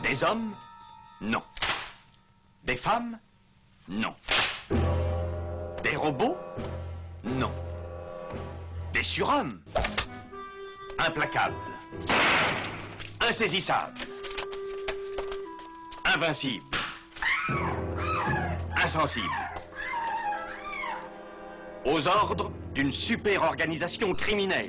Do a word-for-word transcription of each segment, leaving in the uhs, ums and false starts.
Des hommes? Non. Des femmes? Non. Des robots? Non. Des surhommes? Implacables. Insaisissables. Invincibles. Insensibles. Aux ordres d'une super organisation criminelle.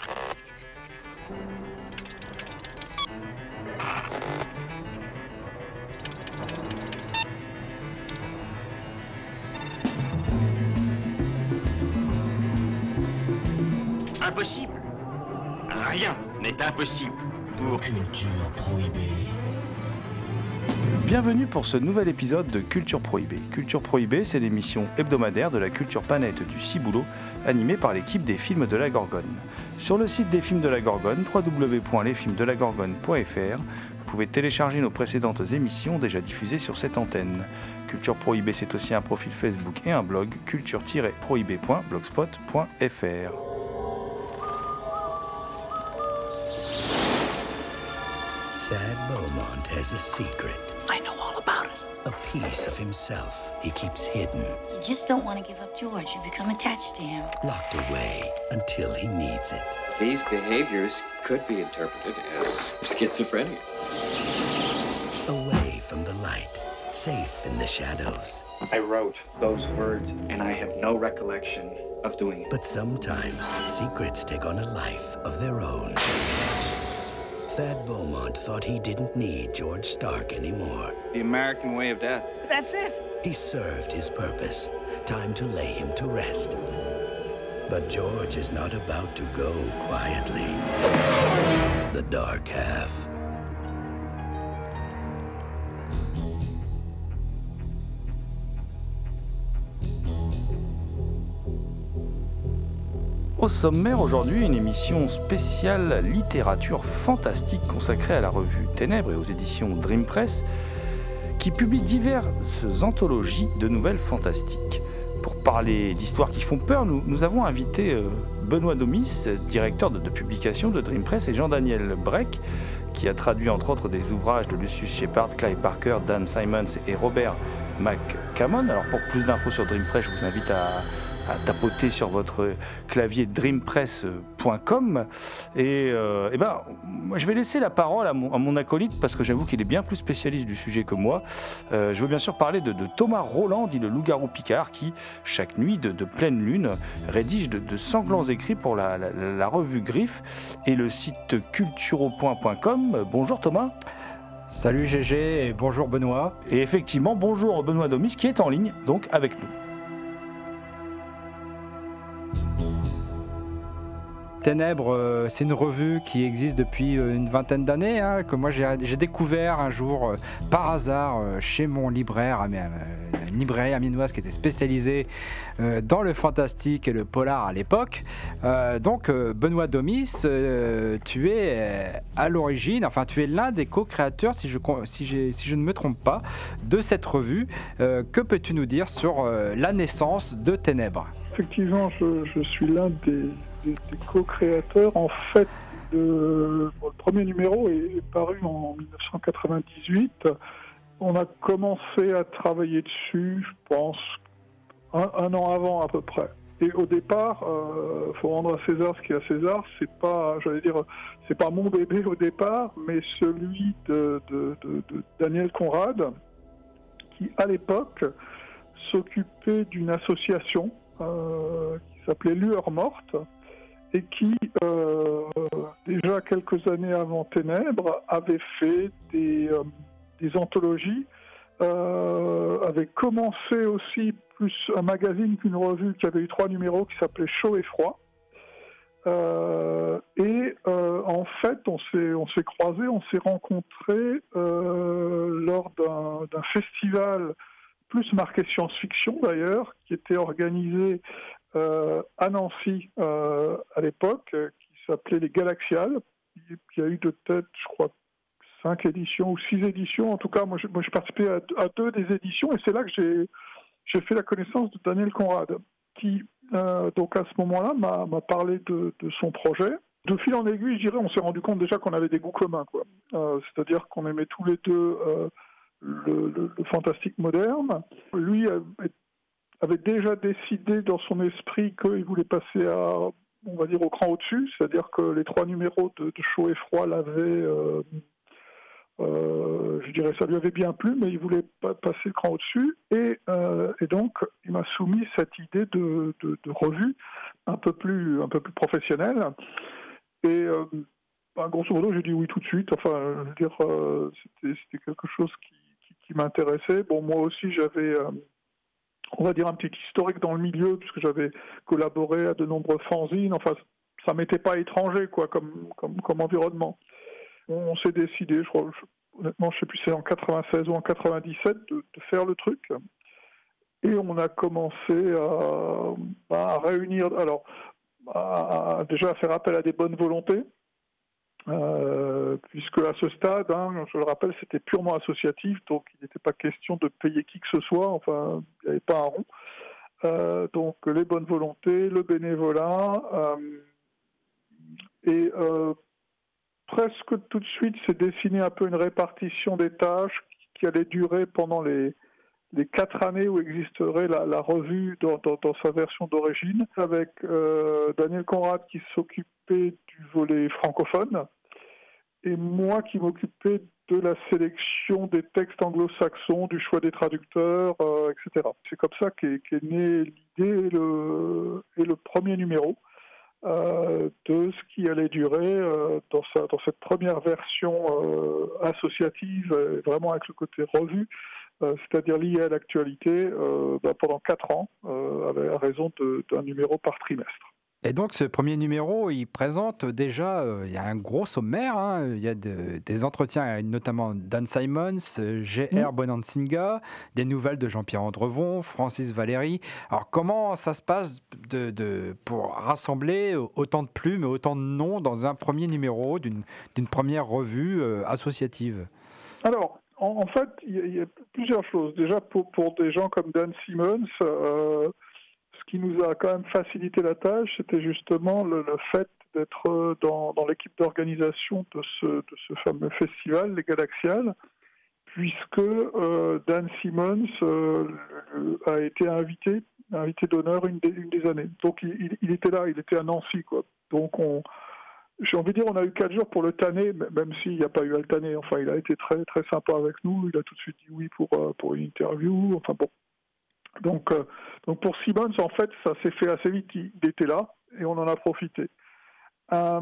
Impossible. Rien n'est impossible pour... Culture Prohibée. Bienvenue pour ce nouvel épisode de Culture Prohibée. Culture Prohibée, c'est l'émission hebdomadaire de la culture panette du Ciboulot, animée par l'équipe des films de la Gorgone. Sur le site des films de la Gorgone, w w w point les films de la gorgone point f r, vous pouvez télécharger nos précédentes émissions déjà diffusées sur cette antenne. Culture Prohibée, c'est aussi un profil Facebook et un blog, culture tiret prohibée point blogspot point f r. Thad Beaumont has a secret. I know all about it. A piece of himself he keeps hidden. You just don't want to give up George. You become attached to him. Locked away until he needs it. These behaviors could be interpreted as schizophrenia. Away from the light, safe in the shadows. I wrote those words, and I have no recollection of doing it. But sometimes secrets take on a life of their own. Thad Beaumont thought he didn't need George Stark anymore. The American way of death. That's it. He served his purpose. Time to lay him to rest. But George is not about to go quietly. The dark half. Au sommaire aujourd'hui, une émission spéciale littérature fantastique consacrée à la revue Ténèbres et aux éditions Dream Press, qui publie diverses anthologies de nouvelles fantastiques. Pour parler d'histoires qui font peur, nous, nous avons invité euh, Benoît Domis, directeur de, de publication de Dream Press, et Jean-Daniel Breck, qui a traduit entre autres des ouvrages de Lucius Shepard, Clive Barker, Dan Simmons et Robert McCammon. Alors pour plus d'infos sur Dream Press, je vous invite à à tapoter sur votre clavier dream press point com et, euh, et ben, moi je vais laisser la parole à mon, à mon acolyte parce que j'avoue qu'il est bien plus spécialiste du sujet que moi. Euh, je veux bien sûr parler de, de Thomas Roland, dit le loup-garou Picard, qui chaque nuit de, de pleine lune rédige de, de sanglants écrits pour la, la, la revue Griffe et le site cultureau point com. Bonjour Thomas. Salut G G et bonjour Benoît. Et effectivement, bonjour Benoît Domis qui est en ligne donc avec nous. Ténèbres, euh, c'est une revue qui existe depuis euh, une vingtaine d'années, hein, que moi j'ai, j'ai découvert un jour euh, par hasard euh, chez mon libraire, euh, une librairie amiénoise qui était spécialisée euh, dans le fantastique et le polar à l'époque. Euh, donc euh, Benoît Domis, euh, tu es euh, à l'origine, enfin tu es l'un des co-créateurs, si je, si, j'ai, si je ne me trompe pas, de cette revue. Euh, que peux-tu nous dire sur euh, la naissance de Ténèbres ? Effectivement, je, je suis l'un des Des, des co-créateurs. En fait, de, bon, le premier numéro est, est paru en dix-neuf cent quatre-vingt-dix-huit. On a commencé à travailler dessus, je pense, un, un an avant à peu près. Et au départ, il euh, faut rendre à César ce qui est à César. C'est pas, j'allais dire, c'est pas mon bébé au départ, mais celui de, de, de, de Daniel Conrad, qui à l'époque s'occupait d'une association euh, qui s'appelait Lueur Morte, et qui, euh, déjà quelques années avant Ténèbres, avait fait des, euh, des anthologies, euh, avait commencé aussi plus un magazine qu'une revue qui avait eu trois numéros qui s'appelait Chaud et Froid. Euh, et euh, en fait, on s'est, on s'est croisés, on s'est rencontrés euh, lors d'un, d'un festival plus marqué science-fiction d'ailleurs, qui était organisé Euh, à Nancy euh, à l'époque, euh, qui s'appelait les Galaxiales, qui a eu de tête, je crois, cinq éditions ou six éditions. En tout cas, moi, je, moi, j'ai participé à, à deux des éditions, et c'est là que j'ai, j'ai fait la connaissance de Daniel Conrad, qui, euh, donc à ce moment-là, m'a, m'a parlé de, de son projet, De fil en aiguille, je dirais, on s'est rendu compte déjà qu'on avait des goûts communs, quoi. Euh, c'est-à-dire qu'on aimait tous les deux euh, le, le, le fantastique moderne. Lui avait déjà décidé dans son esprit qu'il voulait passer à, on va dire, au cran au-dessus, c'est-à-dire que les trois numéros de, de Chaud et Froid l'avaient, euh, euh, je dirais, ça lui avait bien plu, mais il voulait pas passer le cran au-dessus, et, euh, et donc il m'a soumis cette idée de, de, de revue un peu plus, un peu plus professionnelle. Et euh, bah, grosso modo, j'ai dit oui tout de suite. Enfin, je veux dire, euh, c'était, c'était quelque chose qui, qui, qui m'intéressait. Bon, moi aussi, j'avais, euh, on va dire, un petit historique dans le milieu, puisque j'avais collaboré à de nombreux fanzines. Enfin, ça m'était pas étranger, quoi, comme, comme, comme environnement. On, on s'est décidé, je crois, je, honnêtement, je sais plus si c'est en quatre-vingt-seize ou en quatre-vingt-dix-sept, de, de faire le truc. Et on a commencé à, à réunir... Alors, À, à, déjà à faire appel à des bonnes volontés, euh, puisque à ce stade, hein, je le rappelle, c'était purement associatif, donc il n'était pas question de payer qui que ce soit, enfin, il n'y avait pas un rond. Euh, donc les bonnes volontés, le bénévolat, euh, et euh, presque tout de suite s'est dessiné un peu une répartition des tâches qui allait durer pendant les les quatre années où existerait la, la revue dans, dans, dans sa version d'origine, avec euh, Daniel Conrad qui s'occupait du volet francophone, et moi qui m'occupais de la sélection des textes anglo-saxons, du choix des traducteurs, euh, et cetera. C'est comme ça qu'est, qu'est née l'idée et le, et le premier numéro euh, de ce qui allait durer euh, dans, sa, dans cette première version euh, associative, vraiment avec le côté revue, Euh, c'est-à-dire lié à l'actualité, euh, bah, pendant quatre ans, euh, à raison de, d'un numéro par trimestre. Et donc ce premier numéro, il présente déjà, euh, il y a un gros sommaire, hein, il y a de, des entretiens, notamment Dan Simons, J R Mmh. Bonansinga, des nouvelles de Jean-Pierre Andrevon, Francis Valéry. Alors comment ça se passe de, de, pour rassembler autant de plumes et autant de noms dans un premier numéro d'une, d'une première revue euh, associative ? Alors, En, en fait, il y, y a plusieurs choses. Déjà, pour, pour des gens comme Dan Simmons, euh, ce qui nous a quand même facilité la tâche, c'était justement le, le fait d'être dans, dans l'équipe d'organisation de ce, de ce fameux festival, les Galaxiales, puisque euh, Dan Simmons euh, a été invité, invité d'honneur une des, une des années. Donc, il, il était là, il était à Nancy, quoi. Donc, on... J'ai envie de dire, on a eu quatre jours pour le tanner, même s'il n'y a pas eu à le tanner. Enfin, il a été très très sympa avec nous. Il a tout de suite dit oui pour pour une interview. Enfin bon. Donc euh, donc pour Simmons, en fait, ça s'est fait assez vite. Il était là et on en a profité. Euh,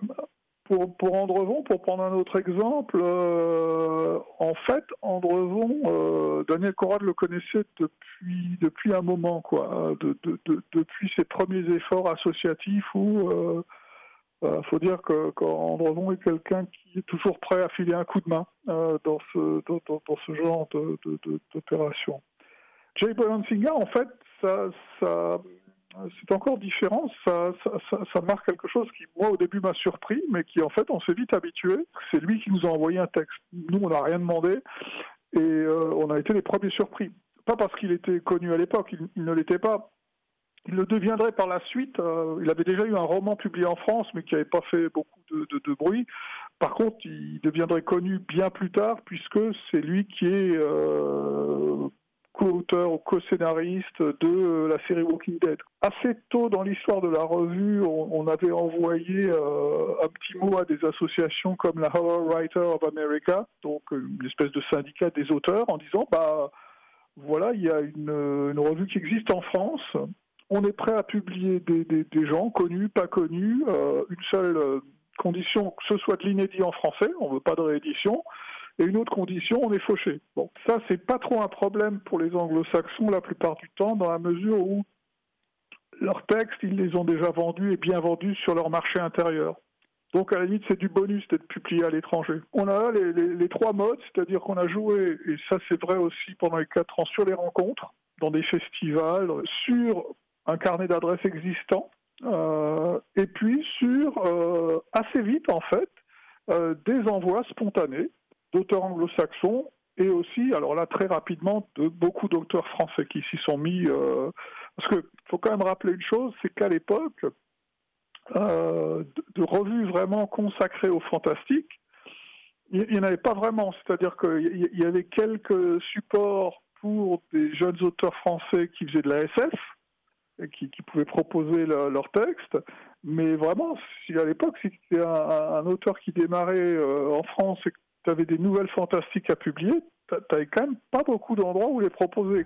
pour pour Andrevon, pour prendre un autre exemple, euh, en fait, Andrevon, euh, Daniel Conrad le connaissait depuis depuis un moment, quoi. De, de, de, depuis ses premiers efforts associatifs où euh, Il euh, faut dire que qu'Andrevon est quelqu'un qui est toujours prêt à filer un coup de main euh, dans, ce, dans, dans ce genre de, de, de, d'opération. Jay Bonansinga, en fait, ça, ça, c'est encore différent. Ça, ça, ça, ça marque quelque chose qui, moi, au début, m'a surpris, mais qui, en fait, on s'est vite habitué. C'est lui qui nous a envoyé un texte. Nous, on n'a rien demandé et euh, on a été les premiers surpris. Pas parce qu'il était connu à l'époque, il, il ne l'était pas. Il le deviendrait par la suite. Euh, il avait déjà eu un roman publié en France, mais qui n'avait pas fait beaucoup de, de, de bruit. Par contre, il deviendrait connu bien plus tard, puisque c'est lui qui est euh, co-auteur ou co-scénariste de la série Walking Dead. Assez tôt dans l'histoire de la revue, on, on avait envoyé euh, un petit mot à des associations comme la Horror Writer of America, donc une espèce de syndicat des auteurs, en disant bah voilà, il y a une, une revue qui existe en France. On est prêt à publier des, des, des gens connus, pas connus, euh, une seule euh, condition, que ce soit de l'inédit en français, on ne veut pas de réédition, et une autre condition, on est fauché. Bon, ça, c'est pas trop un problème pour les anglo-saxons la plupart du temps, dans la mesure où leurs textes, ils les ont déjà vendus et bien vendus sur leur marché intérieur. Donc, à la limite, c'est du bonus d'être publié à l'étranger. On a les, les, les trois modes, c'est-à-dire qu'on a joué, et ça c'est vrai aussi pendant les quatre ans, sur les rencontres, dans des festivals, sur un carnet d'adresses existant, euh, et puis sur, euh, assez vite en fait, euh, des envois spontanés d'auteurs anglo-saxons, et aussi, alors là très rapidement, de beaucoup d'auteurs français qui s'y sont mis, euh, parce qu'il faut quand même rappeler une chose, c'est qu'à l'époque, euh, de, de revues vraiment consacrées au fantastique, il n'y en avait pas vraiment. C'est-à-dire qu'il y avait quelques supports pour des jeunes auteurs français qui faisaient de la S F, et qui, qui pouvaient proposer le, leur texte. Mais vraiment, si à l'époque, si tu étais un, un auteur qui démarrait euh, en France et que tu avais des nouvelles fantastiques à publier, tu n'avais quand même pas beaucoup d'endroits où les proposer.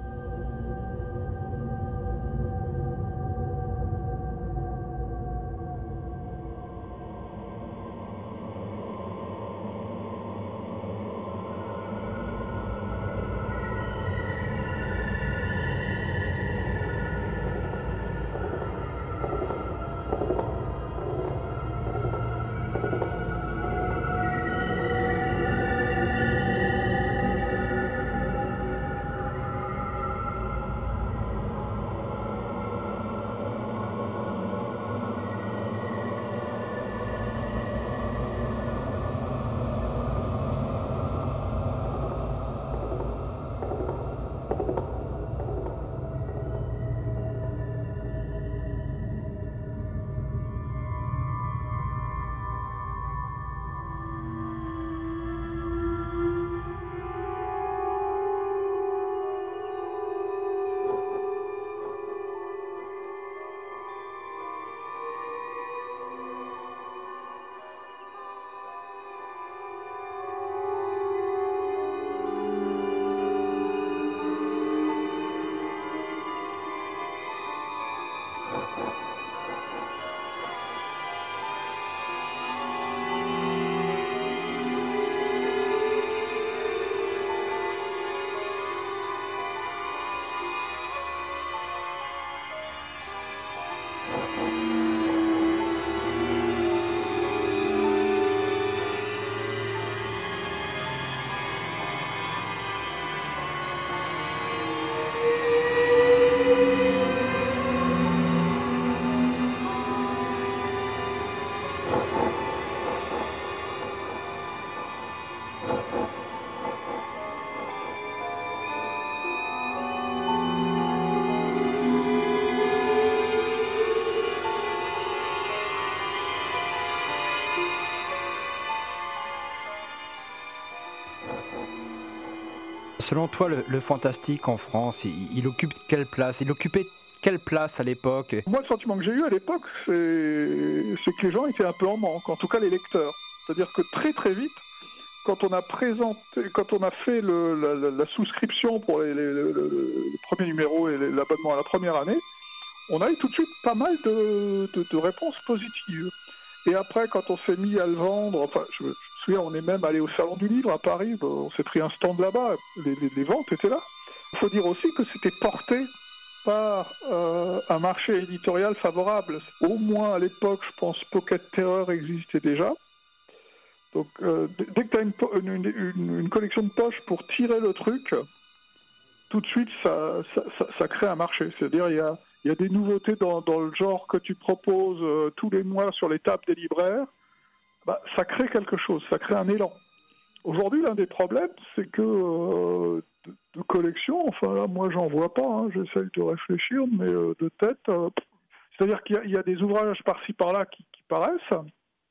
Selon toi, le, le fantastique en France, il, il occupe quelle place? Il occupait quelle place à l'époque? Moi, le sentiment que j'ai eu à l'époque, c'est, c'est que les gens étaient un peu en manque, en tout cas les lecteurs. C'est-à-dire que très très vite, quand on a présenté, quand on a fait le, la, la, la souscription pour les, les, le, le premier numéro et l'abonnement à la première année, on a eu tout de suite pas mal de, de, de réponses positives. Et après, quand on s'est mis à le vendre, enfin, je, je me souviens, on est même allé au Salon du Livre à Paris, on s'est pris un stand là-bas, les, les, les ventes étaient là. Il faut dire aussi que c'était porté par euh, un marché éditorial favorable. Au moins à l'époque, je pense, Pocket Terror existait déjà. Donc, euh, dès que tu as une, une, une, une collection de poches pour tirer le truc, tout de suite, ça, ça, ça, ça crée un marché. C'est-à-dire, il y a, il y a des nouveautés dans, dans le genre que tu proposes euh, tous les mois sur les tables des libraires. Bah, ça crée quelque chose, ça crée un élan. Aujourd'hui, l'un des problèmes, c'est que euh, de, de collection, enfin là, moi, j'en vois pas, hein, j'essaye de réfléchir, mais euh, de tête, euh, c'est-à-dire qu'il y a, il y a des ouvrages par-ci par-là qui, qui paraissent,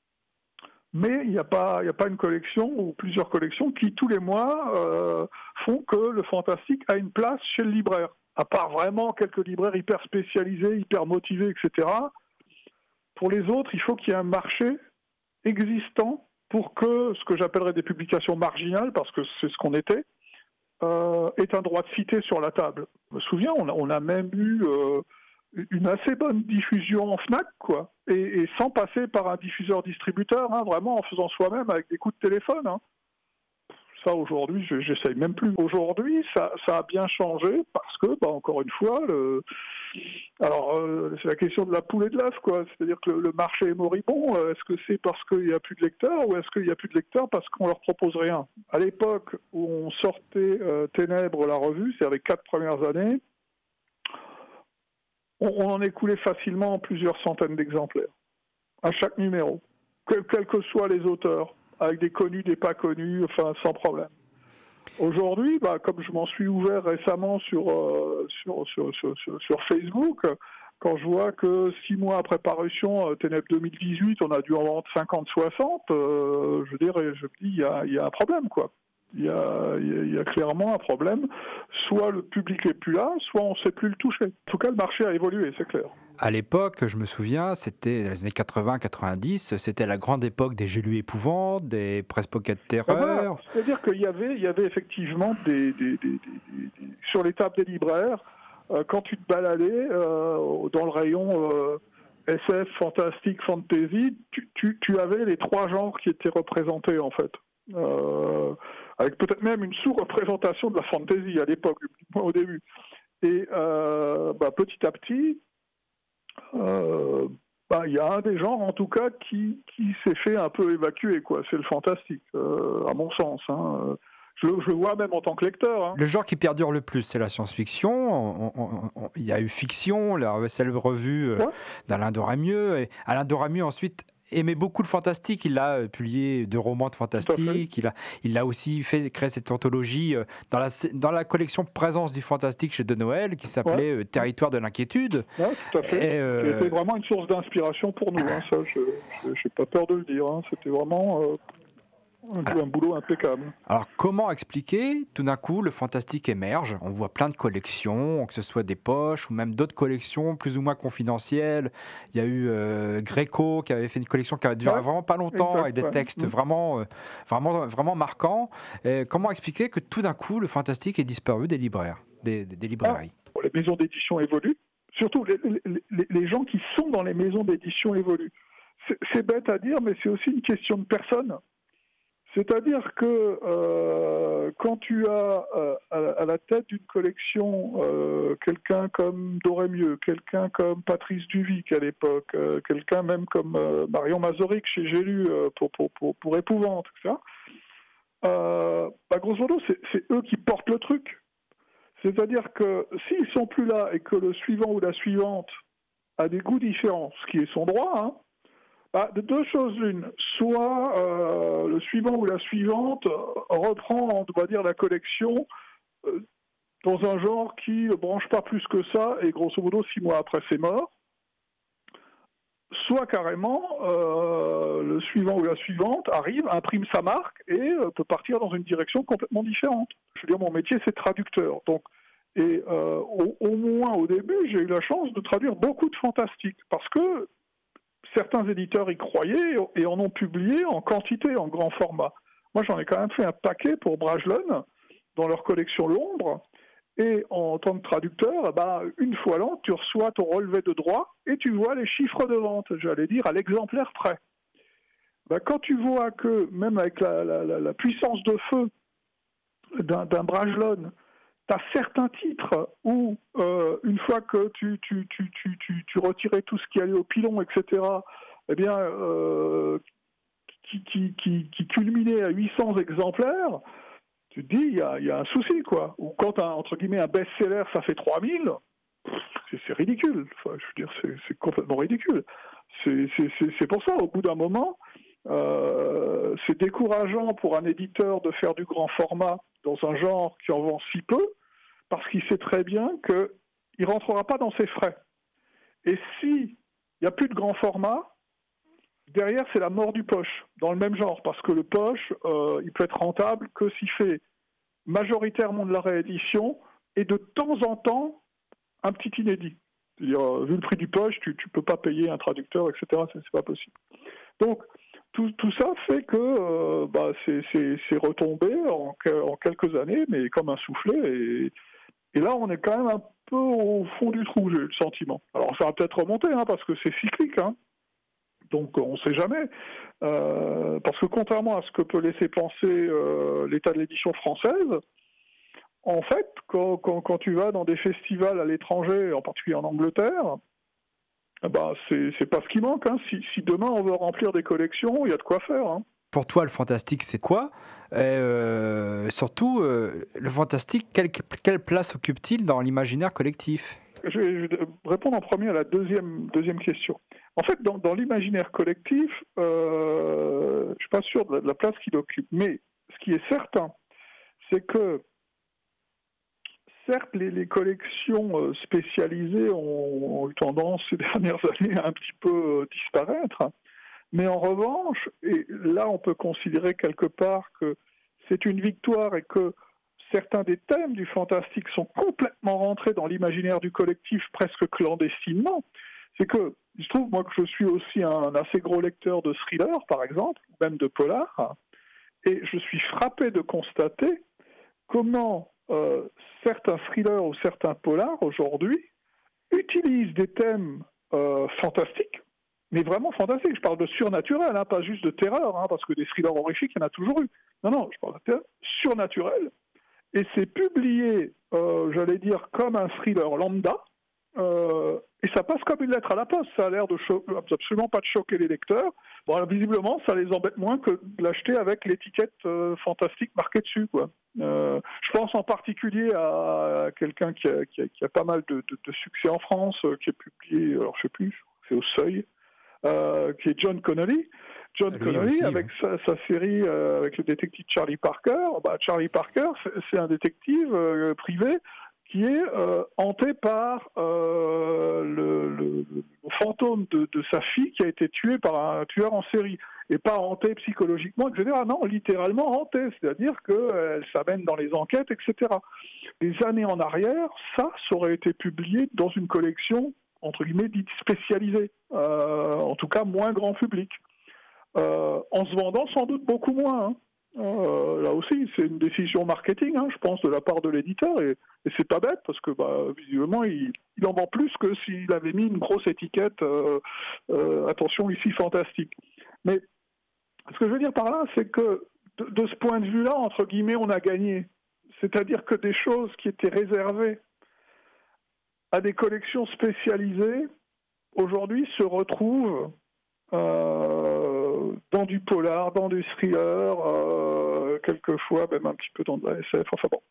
mais il n'y a pas, il n'y a pas une collection ou plusieurs collections qui, tous les mois, euh, font que le fantastique a une place chez le libraire. À part vraiment quelques libraires hyper spécialisés, hyper motivés, et cetera. Pour les autres, il faut qu'il y ait un marché existant pour que ce que j'appellerais des publications marginales, parce que c'est ce qu'on était, euh, ait un droit de cité sur la table. Je me souviens, on a, on a même eu euh, une assez bonne diffusion en Fnac, quoi, et, et sans passer par un diffuseur-distributeur, hein, vraiment en faisant soi-même avec des coups de téléphone. Hein. Ça, aujourd'hui, je, j'essaye même plus. Aujourd'hui, ça, ça a bien changé parce que, bah, encore une fois, le... alors euh, c'est la question de la poule et de l'œuf, quoi. C'est-à-dire que le, le marché est moribond. Est-ce que c'est parce qu'il n'y a plus de lecteurs ou est-ce qu'il n'y a plus de lecteurs parce qu'on leur propose rien? À l'époque où on sortait euh, Ténèbres, la revue, c'est-à-dire les quatre premières années, on, on en écoulait facilement plusieurs centaines d'exemplaires à chaque numéro, quels quel que soient les auteurs, avec des connus, des pas connus, enfin sans problème. Aujourd'hui, bah, comme je m'en suis ouvert récemment sur, euh, sur, sur, sur, sur, sur Facebook, Quand je vois que six mois après parution, euh, Ténèbres deux mille dix-huit, on a dû en vendre cinquante soixante, euh, je veux dire, je me dis, il y a, il y a un problème, quoi. Il y, a, il y a clairement un problème. Soit le public n'est plus là, soit on ne sait plus le toucher. En tout cas, le marché a évolué, c'est clair. À l'époque, je me souviens, c'était les années quatre-vingts quatre-vingt-dix, c'était la grande époque des J'ai lu épouvante, des Presse Pocket Terreur. Ah voilà. C'est-à-dire qu'il y avait, il y avait effectivement des, des, des, des, des, des sur les tables des libraires, euh, quand tu te baladais euh, dans le rayon euh, S F, fantastique, fantasy, tu, tu, tu avais les trois genres qui étaient représentés en fait. Euh, avec peut-être même une sous-représentation de la fantasy à l'époque, au début. Et euh, bah, petit à petit, euh, bah, y a un des genres, en tout cas, qui, qui s'est fait un peu évacuer, quoi. C'est le fantastique, euh, à mon sens. Hein. Je, je le vois même en tant que lecteur. Hein. Le genre qui perdure le plus, c'est la science-fiction. Il y a eu fiction, la célèbre revue euh, ouais. d'Alain Doramieux. Et Alain Doramieux, ensuite, aimait beaucoup le fantastique, il a publié deux romans de fantastique, il a, il a aussi fait créer cette anthologie dans la, dans la collection Présence du fantastique chez De Noël qui s'appelait ouais. Territoire de l'inquiétude. Oui, tout à fait. Et euh... C'était vraiment une source d'inspiration pour nous, hein, ça, je n'ai pas peur de le dire. Hein. C'était vraiment euh, un, un boulot impeccable. Alors, comment expliquer, tout d'un coup, le fantastique émerge, on voit plein de collections, que ce soit des poches ou même d'autres collections plus ou moins confidentielles. Il y a eu euh, Gréco qui avait fait une collection qui a duré ouais. vraiment pas longtemps, exact, avec des textes ouais. vraiment, euh, vraiment, vraiment marquants. Et comment expliquer que tout d'un coup, le fantastique est disparu des libraires, des, des, des librairies? Ah, les maisons d'édition évoluent, surtout les, les, les gens qui sont dans les maisons d'édition évoluent. C'est, c'est bête à dire, mais c'est aussi une question de personne. C'est-à-dire que euh, quand tu as euh, à, à la tête d'une collection euh, quelqu'un comme Doramieux, quelqu'un comme Patrice Duvic à l'époque, euh, quelqu'un même comme euh, Marion Mazoric chez J'ai lu euh, pour, pour, pour, pour Épouvante, et cetera, euh, bah, grosso modo, c'est, c'est eux qui portent le truc. C'est-à-dire que s'ils sont plus là et que le suivant ou la suivante a des goûts différents, ce qui est son droit, hein, bah, de deux choses l'une, soit euh, le suivant ou la suivante reprend, on doit dire, la collection euh, dans un genre qui ne branche pas plus que ça, et grosso modo, six mois après, c'est mort. Soit carrément, euh, le suivant ou la suivante arrive, imprime sa marque et euh, peut partir dans une direction complètement différente. Je veux dire, mon métier, c'est traducteur. Donc, et euh, au, au moins au début, j'ai eu la chance de traduire beaucoup de fantastique, parce que certains éditeurs y croyaient et en ont publié en quantité, en grand format. Moi, j'en ai quand même fait un paquet pour Brajlon, dans leur collection L'Ombre. Et en tant que traducteur, bah, une fois l'an, tu reçois ton relevé de droit et tu vois les chiffres de vente, j'allais dire, à l'exemplaire près. Bah, quand tu vois que, même avec la, la, la puissance de feu d'un, d'un Brajlon, tu as certains titres où, euh, une fois que tu, tu, tu, tu, tu, tu retirais tout ce qui allait au pilon, et cetera, eh bien, euh, qui, qui, qui, qui culminait à huit cents exemplaires, tu te dis, il y a, y a un souci, quoi. Ou quand, un, entre guillemets, un best-seller, ça fait trois mille, c'est, c'est ridicule. Enfin, je veux dire, c'est, c'est complètement ridicule. C'est, c'est, c'est, c'est pour ça, au bout d'un moment, euh, c'est décourageant pour un éditeur de faire du grand format dans un genre qui en vend si peu, parce qu'il sait très bien qu'il ne rentrera pas dans ses frais. Et s'il n'y a plus de grand format, derrière, c'est la mort du poche, dans le même genre, parce que le poche, euh, il peut être rentable que s'il fait majoritairement de la réédition et de temps en temps, un petit inédit. C'est-à-dire, euh, vu le prix du poche, tu ne peux pas payer un traducteur, et cetera, c'est, c'est pas possible. Donc, tout, tout ça fait que euh, bah, c'est, c'est, c'est retombé en, en quelques années, mais comme un soufflet, et, et là, on est quand même un peu au fond du trou, j'ai eu le sentiment. Alors, ça va peut-être remonter, hein, parce que c'est cyclique, hein. Donc on ne sait jamais, euh, parce que contrairement à ce que peut laisser penser euh, l'état de l'édition française, en fait, quand, quand, quand tu vas dans des festivals à l'étranger, en particulier en Angleterre, bah, c'est, c'est pas ce qui manque. Hein. Si, si demain on veut remplir des collections, il y a de quoi faire. Hein. Pour toi, le fantastique, c'est quoi ? Et euh, surtout, euh, le fantastique, quelle, quelle place occupe-t-il dans l'imaginaire collectif ? Je vais, je vais répondre en premier à la deuxième, deuxième question. En fait, dans, dans l'imaginaire collectif, euh, je ne suis pas sûr de la, de la place qu'il occupe. Mais ce qui est certain, c'est que certes, les, les collections euh, spécialisées ont, ont eu tendance ces dernières années à un petit peu euh, disparaître, mais en revanche, et là on peut considérer quelque part que c'est une victoire et que certains des thèmes du fantastique sont complètement rentrés dans l'imaginaire du collectif presque clandestinement, c'est que je trouve, moi, que je suis aussi un assez gros lecteur de thrillers, par exemple, ou même de polars, et je suis frappé de constater comment euh, certains thrillers ou certains polars, aujourd'hui, utilisent des thèmes euh, fantastiques, mais vraiment fantastiques. Je parle de surnaturel, hein, pas juste de terreur, hein, parce que des thrillers horrifiques, il y en a toujours eu. Non, non, je parle de terreur surnaturel. Et c'est publié, euh, j'allais dire, comme un thriller lambda, euh, et ça passe comme une lettre à la poste. Ça a l'air de cho- absolument pas de choquer les lecteurs. Bon, alors, visiblement, ça les embête moins que de l'acheter avec l'étiquette euh, fantastique marquée dessus, quoi. Euh, je pense en particulier à quelqu'un qui a, qui a, qui a pas mal de, de, de succès en France, euh, qui est publié, alors je sais plus, c'est au Seuil, euh, qui est John Connolly. John Lui Connolly, aussi, avec ouais. sa, sa série euh, avec le détective Charlie Parker. Bah, Charlie Parker, c'est, c'est un détective euh, privé qui est euh, hanté par euh, le, le, le fantôme de, de sa fille qui a été tuée par un tueur en série. Et pas hanté psychologiquement, et cetera. Non, littéralement hanté, c'est-à-dire qu'elle euh, s'amène dans les enquêtes, et cetera. Des années en arrière, ça, ça aurait été publié dans une collection, entre guillemets, dite spécialisée, euh, en tout cas moins grand public. Euh, en se vendant sans doute beaucoup moins. Hein. Euh, là aussi, c'est une décision marketing, hein, je pense, de la part de l'éditeur, et, et c'est pas bête, parce que bah, visiblement, il, il en vend plus que s'il avait mis une grosse étiquette, euh, euh, attention, ici, fantastique. Mais ce que je veux dire par là, c'est que de, de ce point de vue-là, entre guillemets, on a gagné. C'est-à-dire que des choses qui étaient réservées à des collections spécialisées, aujourd'hui, se retrouvent Euh, dans du polar, dans du thriller, euh, quelquefois même un petit peu dans de la S F, enfin bon.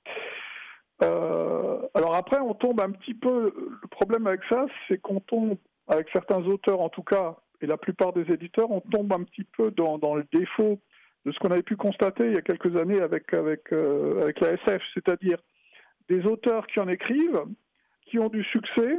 Euh, alors après, on tombe un petit peu, le problème avec ça, c'est qu'on tombe, avec certains auteurs en tout cas, et la plupart des éditeurs, on tombe un petit peu dans, dans le défaut de ce qu'on avait pu constater il y a quelques années avec, avec, euh, avec la S F, c'est-à-dire des auteurs qui en écrivent, qui ont du succès,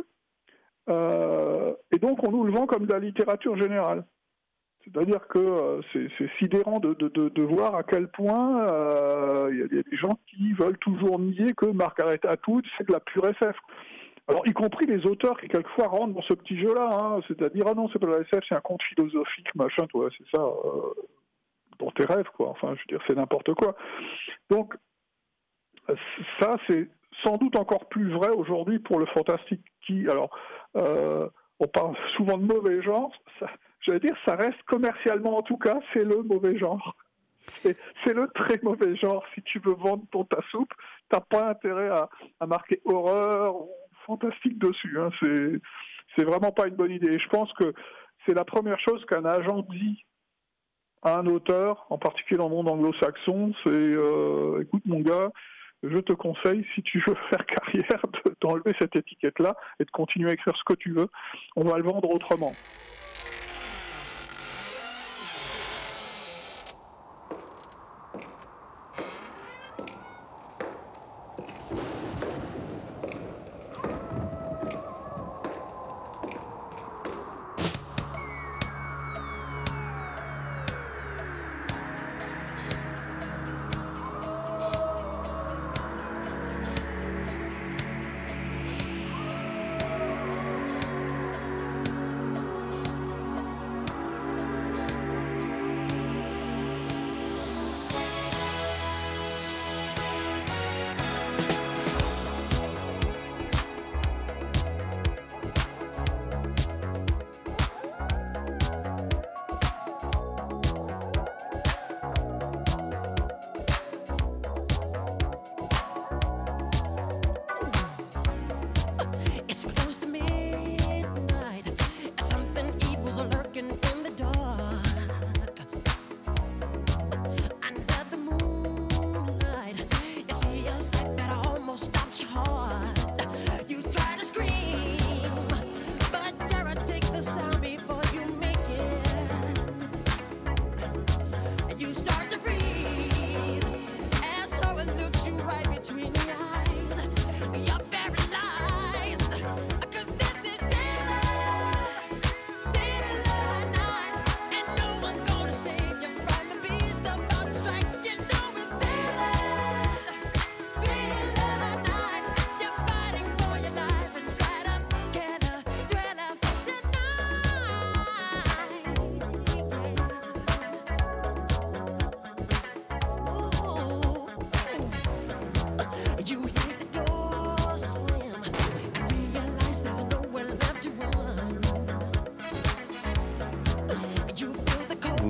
Euh, et donc on nous le vend comme de la littérature générale. C'est-à-dire que euh, c'est, c'est sidérant de, de, de, de voir à quel point il euh, y, y a des gens qui veulent toujours nier que Margaret Atwood, c'est de la pure S F. Alors, y compris les auteurs qui quelquefois rentrent dans ce petit jeu-là, hein, c'est-à-dire, ah non, c'est pas de la S F, c'est un conte philosophique, machin, toi, c'est ça, euh, dans tes rêves, quoi. Enfin, je veux dire, c'est n'importe quoi. Donc, ça, c'est sans doute encore plus vrai aujourd'hui pour le fantastique qui, alors, euh, on parle souvent de mauvais genre, ça, je veux dire, ça reste commercialement en tout cas, c'est le mauvais genre. C'est, c'est le très mauvais genre. Si tu veux vendre ton ta soupe, t'as pas intérêt à, à marquer horreur ou fantastique dessus. Hein. C'est, c'est vraiment pas une bonne idée. Et je pense que c'est la première chose qu'un agent dit à un auteur, en particulier dans le monde anglo-saxon, c'est euh, écoute mon gars, je te conseille, si tu veux faire carrière, de, d'enlever cette étiquette-là et de continuer à écrire ce que tu veux. On va le vendre autrement.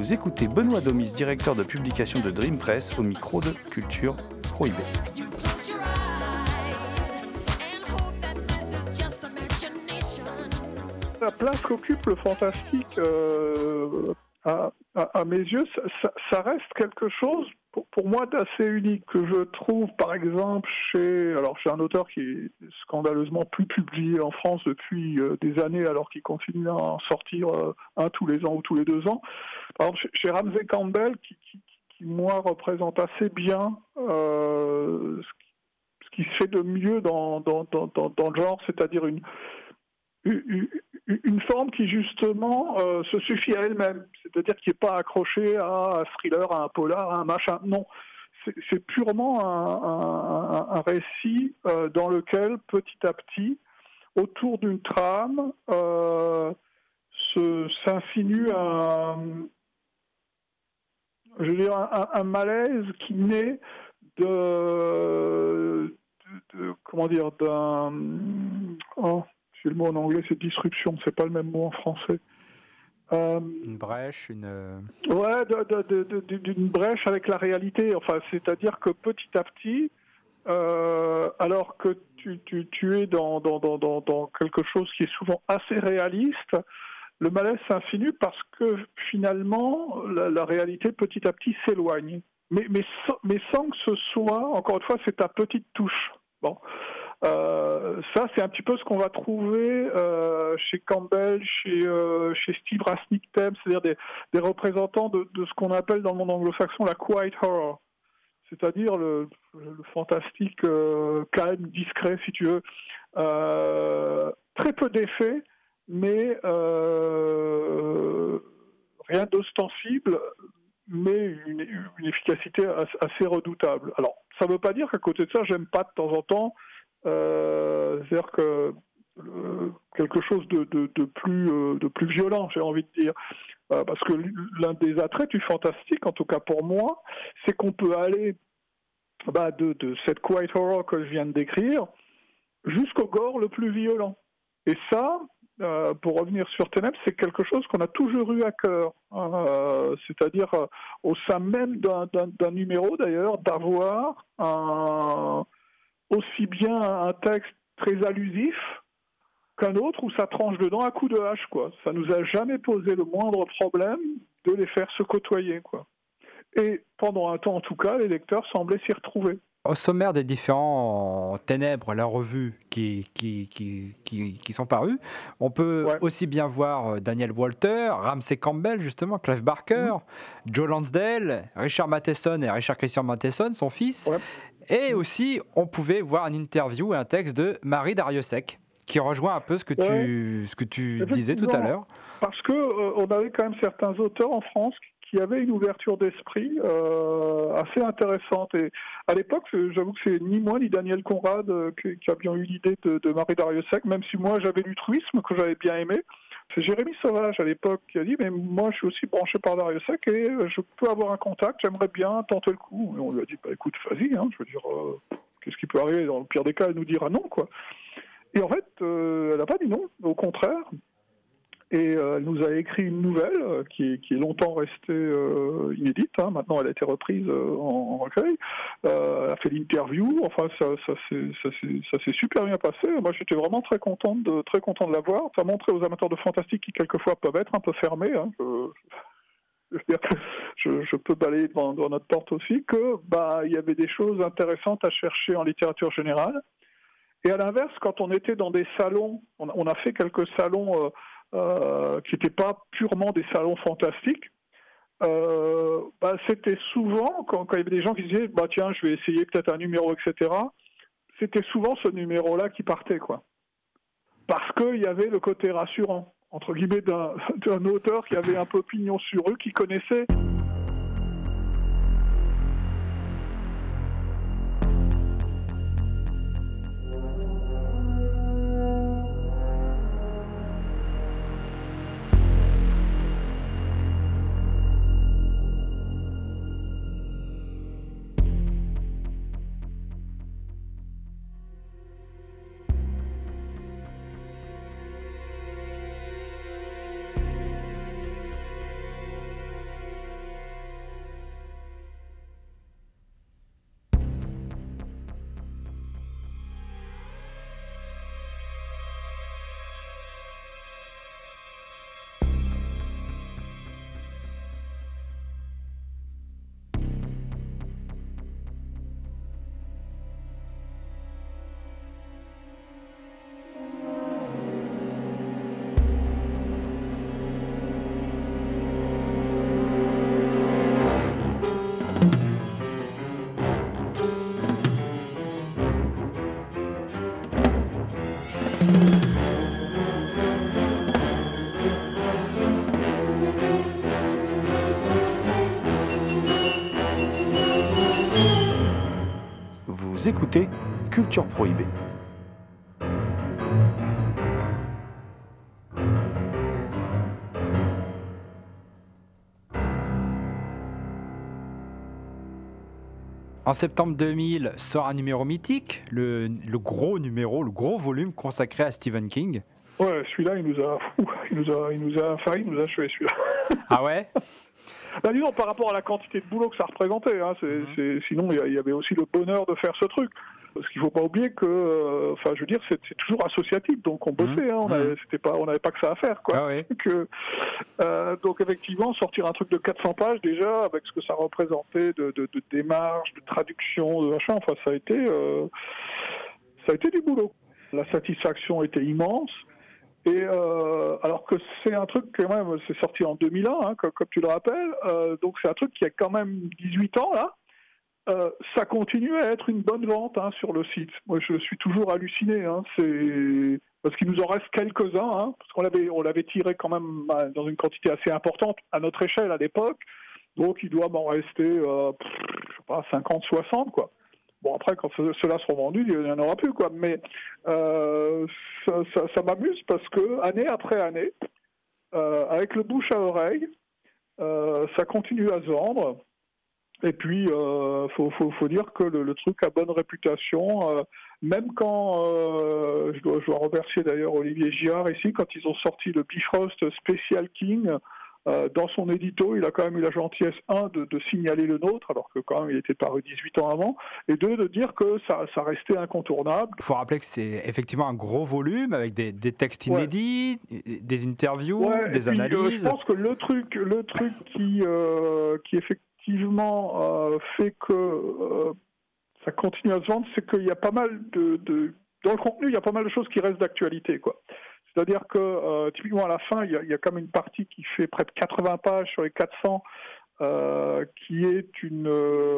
Vous écoutez Benoît Domis, directeur de publication de Dream Press, au micro de Culture Prohibée. La place qu'occupe le fantastique, euh, à, à, à mes yeux, ça, ça, ça reste quelque chose, pour, pour moi, d'assez unique, que je trouve, par exemple, chez, alors, chez un auteur qui est scandaleusement plus publié en France depuis euh, des années, alors qu'il continue à en sortir euh, un tous les ans ou tous les deux ans. Par exemple, chez, chez Ramsey Campbell, qui, qui, qui, moi, représente assez bien euh, ce, qui, ce qui se fait de mieux dans, dans, dans, dans, dans le genre, c'est-à-dire une une forme qui justement euh, se suffit à elle-même, c'est-à-dire qui n'est pas accrochée à un thriller, à un polar, à un machin. Non, c'est, c'est purement un, un, un récit euh, dans lequel, petit à petit, autour d'une trame, euh, se, s'insinue un, je veux dire, un, un malaise qui naît de, de, de comment dire, d'un... Oh, c'est le mot en anglais, c'est disruption, c'est pas le même mot en français. Euh, une brèche, une... Ouais, de, de, de, de, d'une brèche avec la réalité. Enfin, c'est-à-dire que petit à petit, euh, alors que tu, tu, tu es dans, dans, dans, dans, dans quelque chose qui est souvent assez réaliste, le malaise s'insinue parce que finalement, la, la réalité petit à petit s'éloigne. Mais, mais, sans, mais sans que ce soit, encore une fois, c'est ta petite touche. Bon. Euh, ça, c'est un petit peu ce qu'on va trouver euh, chez Campbell, chez, euh, chez Steve Rasnick-Thames, c'est-à-dire des, des représentants de, de ce qu'on appelle dans le monde anglo-saxon la quiet horror, c'est-à-dire le, le fantastique euh, calme, discret, si tu veux. Euh, très peu d'effets, mais euh, rien d'ostensible, mais une, une efficacité assez redoutable. Alors, ça ne veut pas dire qu'à côté de ça, j'aime pas de temps en temps Euh, c'est-à-dire que euh, quelque chose de, de, de, plus, euh, de plus violent, j'ai envie de dire. Euh, parce que l'un des attraits du fantastique, en tout cas pour moi, c'est qu'on peut aller bah, de, de cette quiet horror que je viens de décrire jusqu'au gore le plus violent. Et ça, euh, pour revenir sur Ténèbres, c'est quelque chose qu'on a toujours eu à cœur. Euh, c'est-à-dire, euh, au sein même d'un, d'un, d'un numéro, d'ailleurs, d'avoir un... aussi bien un texte très allusif qu'un autre où ça tranche dedans à coups de hache, quoi. Ça nous a jamais posé le moindre problème de les faire se côtoyer, quoi. Et pendant un temps, en tout cas, les lecteurs semblaient s'y retrouver. Au sommaire des différents Ténèbres, la revue qui, qui, qui, qui, qui sont parus, on peut ouais. aussi bien voir Daniel Walter, Ramsey Campbell, justement, Clive Barker, mmh. Joe Lansdale, Richard Matheson et Richard Christian Matheson, son fils. Ouais. Et aussi, on pouvait voir une interview et un texte de Marie Dariussec, qui rejoint un peu ce que tu, ouais. ce que tu disais tout à l'heure. Parce qu'on euh, avait quand même certains auteurs en France qui avaient une ouverture d'esprit euh, assez intéressante. Et à l'époque, j'avoue que c'est ni moi ni Daniel Conrad euh, qui, qui avions eu l'idée de, de Marie Dariussec, même si moi j'avais lu Truisme, que j'avais bien aimé. C'est Jérémy Sauvage à l'époque qui a dit « mais moi je suis aussi branché par Dariussec et je peux avoir un contact, j'aimerais bien tenter le coup ». Et on lui a dit bah, « écoute, vas-y, hein, je veux dire, euh, qu'est-ce qui peut arriver ? Dans le pire des cas, elle nous dira non, quoi ». Et en fait, euh, elle n'a pas dit non, au contraire. Et euh, elle nous a écrit une nouvelle euh, qui, est, qui est longtemps restée euh, inédite. Hein. Maintenant, elle a été reprise euh, en, en recueil. Euh, elle a fait l'interview. Enfin, ça, ça, s'est, ça, s'est, ça s'est super bien passé. Moi, j'étais vraiment très content de, très content de la voir. Ça a montré aux amateurs de fantastique qui, quelquefois, peuvent être un peu fermés. Hein. Je, je, je peux balayer devant, devant notre porte aussi, que bah, il y avait des choses intéressantes à chercher en littérature générale. Et à l'inverse, quand on était dans des salons, on, on a fait quelques salons euh, euh, qui n'étaient pas purement des salons fantastiques, euh, bah, c'était souvent, quand, quand il y avait des gens qui disaient bah, « tiens, je vais essayer peut-être un numéro, et cetera » c'était souvent ce numéro-là qui partait, quoi. Parce qu'il y avait le côté rassurant, entre guillemets, d'un, d'un auteur qui avait un peu pignon sur rue, qui connaissait... vous écoutez Culture Prohibée. En septembre deux mille sort un numéro mythique, le, le gros numéro, le gros volume consacré à Stephen King. Ouais, celui-là, il nous a, fou, il nous a, il nous a, enfin, il nous a achevé celui-là. Ah ouais. Ben, disons, par rapport à la quantité de boulot que ça représentait, hein, c'est, mmh. c'est, sinon il y, y avait aussi le bonheur de faire ce truc. Parce qu'il ne faut pas oublier que, euh, enfin, je veux dire, c'est, c'est toujours associatif, donc on bossait, hein, on avait, c'était pas, on n'avait pas que ça à faire, quoi. Ah ouais. que, euh, donc effectivement, sortir un truc de quatre cents pages déjà, avec ce que ça représentait de, de, de démarche, de traduction, de machin, enfin, ça a été, euh, ça a été du boulot. La satisfaction était immense. Et euh, alors que c'est un truc quand même, c'est sorti en deux mille un, hein, comme, comme tu le rappelles, euh, donc c'est un truc qui a quand même dix-huit ans là. Euh, ça continue à être une bonne vente hein, sur le site. Moi, je suis toujours halluciné. Hein, c'est parce qu'il nous en reste quelques-uns, hein, parce qu'on l'avait, on l'avait tiré quand même bah, dans une quantité assez importante à notre échelle à l'époque. Donc, il doit m'en rester, euh, pff, je sais pas, cinquante, soixante, quoi. Bon, après, quand ceux-là seront vendus, il n'y en aura plus, quoi. Mais euh, ça, ça, ça m'amuse parce que, année après année, euh, avec le bouche à oreille, euh, ça continue à se vendre. Et puis, il euh, faut, faut, faut dire que le, le truc a bonne réputation. Euh, même quand, euh, je, dois, je dois remercier d'ailleurs Olivier Girard ici, quand ils ont sorti le Bifrost Special King, Euh, dans son édito, il a quand même eu la gentillesse, un, de, de signaler le nôtre, alors que quand même il était paru dix-huit ans avant, et deux, de dire que ça, ça restait incontournable. Il faut rappeler que c'est effectivement un gros volume, avec des, des textes inédits, ouais. des interviews, ouais, des puis, analyses. Euh, je pense que le truc, le truc qui, euh, qui effectivement euh, fait que euh, ça continue à se vendre, c'est qu'il y a pas mal de, de... Dans le contenu, il y a pas mal de choses qui restent d'actualité, quoi. C'est-à-dire que, euh, typiquement, à la fin, il y, a, il y a quand même une partie qui fait près de quatre-vingts pages sur les quatre cents, euh, qui est une,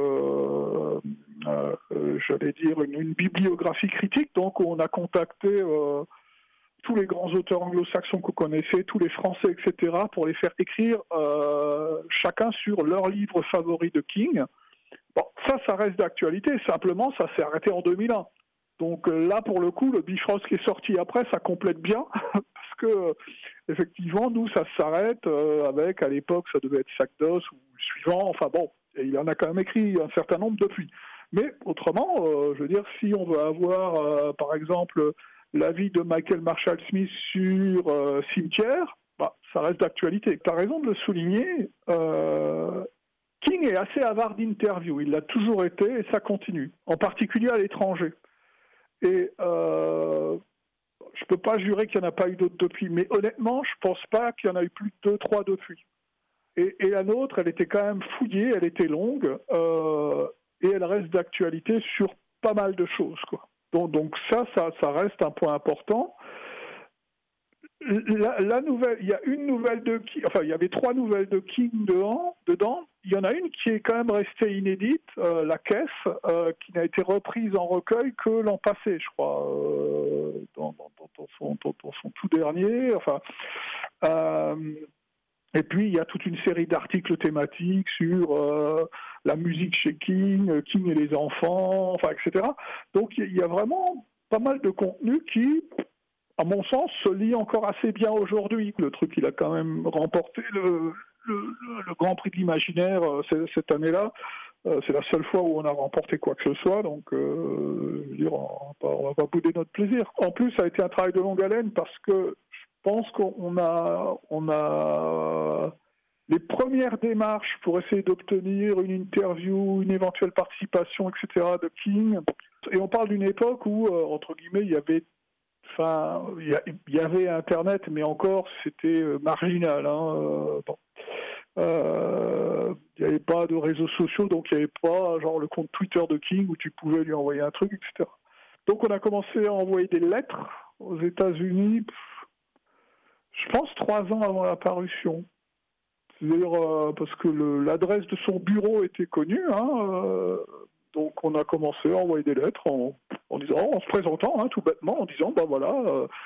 euh, euh, j'allais dire, une, une bibliographie critique. Donc, on a contacté euh, tous les grands auteurs anglo-saxons qu'on connaissait, tous les Français, et cetera, pour les faire écrire euh, chacun sur leur livre favori de King. Bon, ça, ça reste d'actualité. Simplement, ça s'est arrêté en deux mille un. Donc là, pour le coup, le Bifrost qui est sorti après, ça complète bien, parce que, effectivement, nous, ça s'arrête euh, avec, à l'époque, ça devait être Sackdos ou le suivant, enfin bon, et il en a quand même écrit un certain nombre depuis. Mais autrement, euh, je veux dire, si on veut avoir, euh, par exemple, l'avis de Michael Marshall Smith sur euh, Cimetière, bah, ça reste d'actualité. Tu as raison de le souligner, euh, King est assez avare d'interviews, il l'a toujours été, et ça continue, en particulier à l'étranger. Et euh, je ne peux pas jurer qu'il n'y en a pas eu d'autres depuis, mais honnêtement, je ne pense pas qu'il y en a eu plus de deux, trois depuis. Et, et la nôtre, elle était quand même fouillée, elle était longue, euh, et elle reste d'actualité sur pas mal de choses, quoi. Donc, donc ça, ça, ça reste un point important. La, la nouvelle, il y a une nouvelle de King, enfin, il y avait trois nouvelles de King dedans, dedans. Il y en a une qui est quand même restée inédite, euh, La Caisse, euh, qui n'a été reprise en recueil que l'an passé, je crois, euh, dans, dans, dans, son, dans, dans son tout dernier. Enfin, euh, et puis, il y a toute une série d'articles thématiques sur euh, la musique chez King, King et les enfants, enfin, et cetera. Donc, il y a vraiment pas mal de contenu qui, à mon sens, se lit encore assez bien aujourd'hui. Le truc, il a quand même remporté le... Le, le, le Grand Prix de l'Imaginaire euh, cette année-là, euh, c'est la seule fois où on a remporté quoi que ce soit, donc euh, je veux dire, on ne va pas bouder notre plaisir. En plus, ça a été un travail de longue haleine parce que je pense qu'on a, on a les premières démarches pour essayer d'obtenir une interview, une éventuelle participation, et cetera de King. Et on parle d'une époque où, euh, entre guillemets, il y avait Enfin, il y avait Internet, mais encore, c'était marginal. Hein, euh, bon. Euh, il n'y avait pas de réseaux sociaux, donc il n'y avait pas genre le compte Twitter de King où tu pouvais lui envoyer un truc, et cetera. Donc on a commencé à envoyer des lettres aux États-Unis, je pense trois ans avant la parution. C'est-à-dire euh, parce que le, l'adresse de son bureau était connue, hein, euh, donc on a commencé à envoyer des lettres en, en disant, en se présentant, hein, tout bêtement, en disant, bah voilà, euh,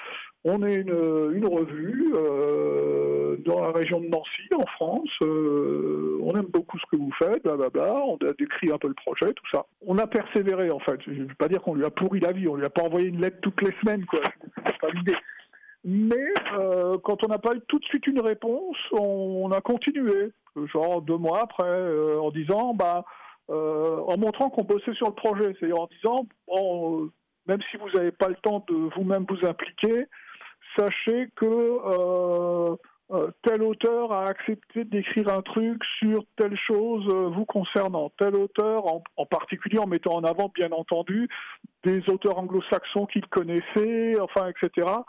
On est une, une revue euh, dans la région de Nancy, en France. Euh, on aime beaucoup ce que vous faites, blablabla. On a décrit un peu le projet, tout ça. On a persévéré, en fait. Je ne veux pas dire qu'on lui a pourri la vie. On lui a pas envoyé une lettre toutes les semaines, quoi. C'est pas l'idée. Mais euh, quand on n'a pas eu tout de suite une réponse, on, on a continué. Genre deux mois après, euh, en disant, bah, euh, en montrant qu'on bossait sur le projet. C'est-à-dire en disant, bon, euh, même si vous n'avez pas le temps de vous-même vous impliquer, sachez que euh, euh, tel auteur a accepté d'écrire un truc sur telle chose euh, vous concernant. Tel auteur, en, en particulier en mettant en avant, bien entendu, des auteurs anglo-saxons qu'il connaissait, enfin, et cetera,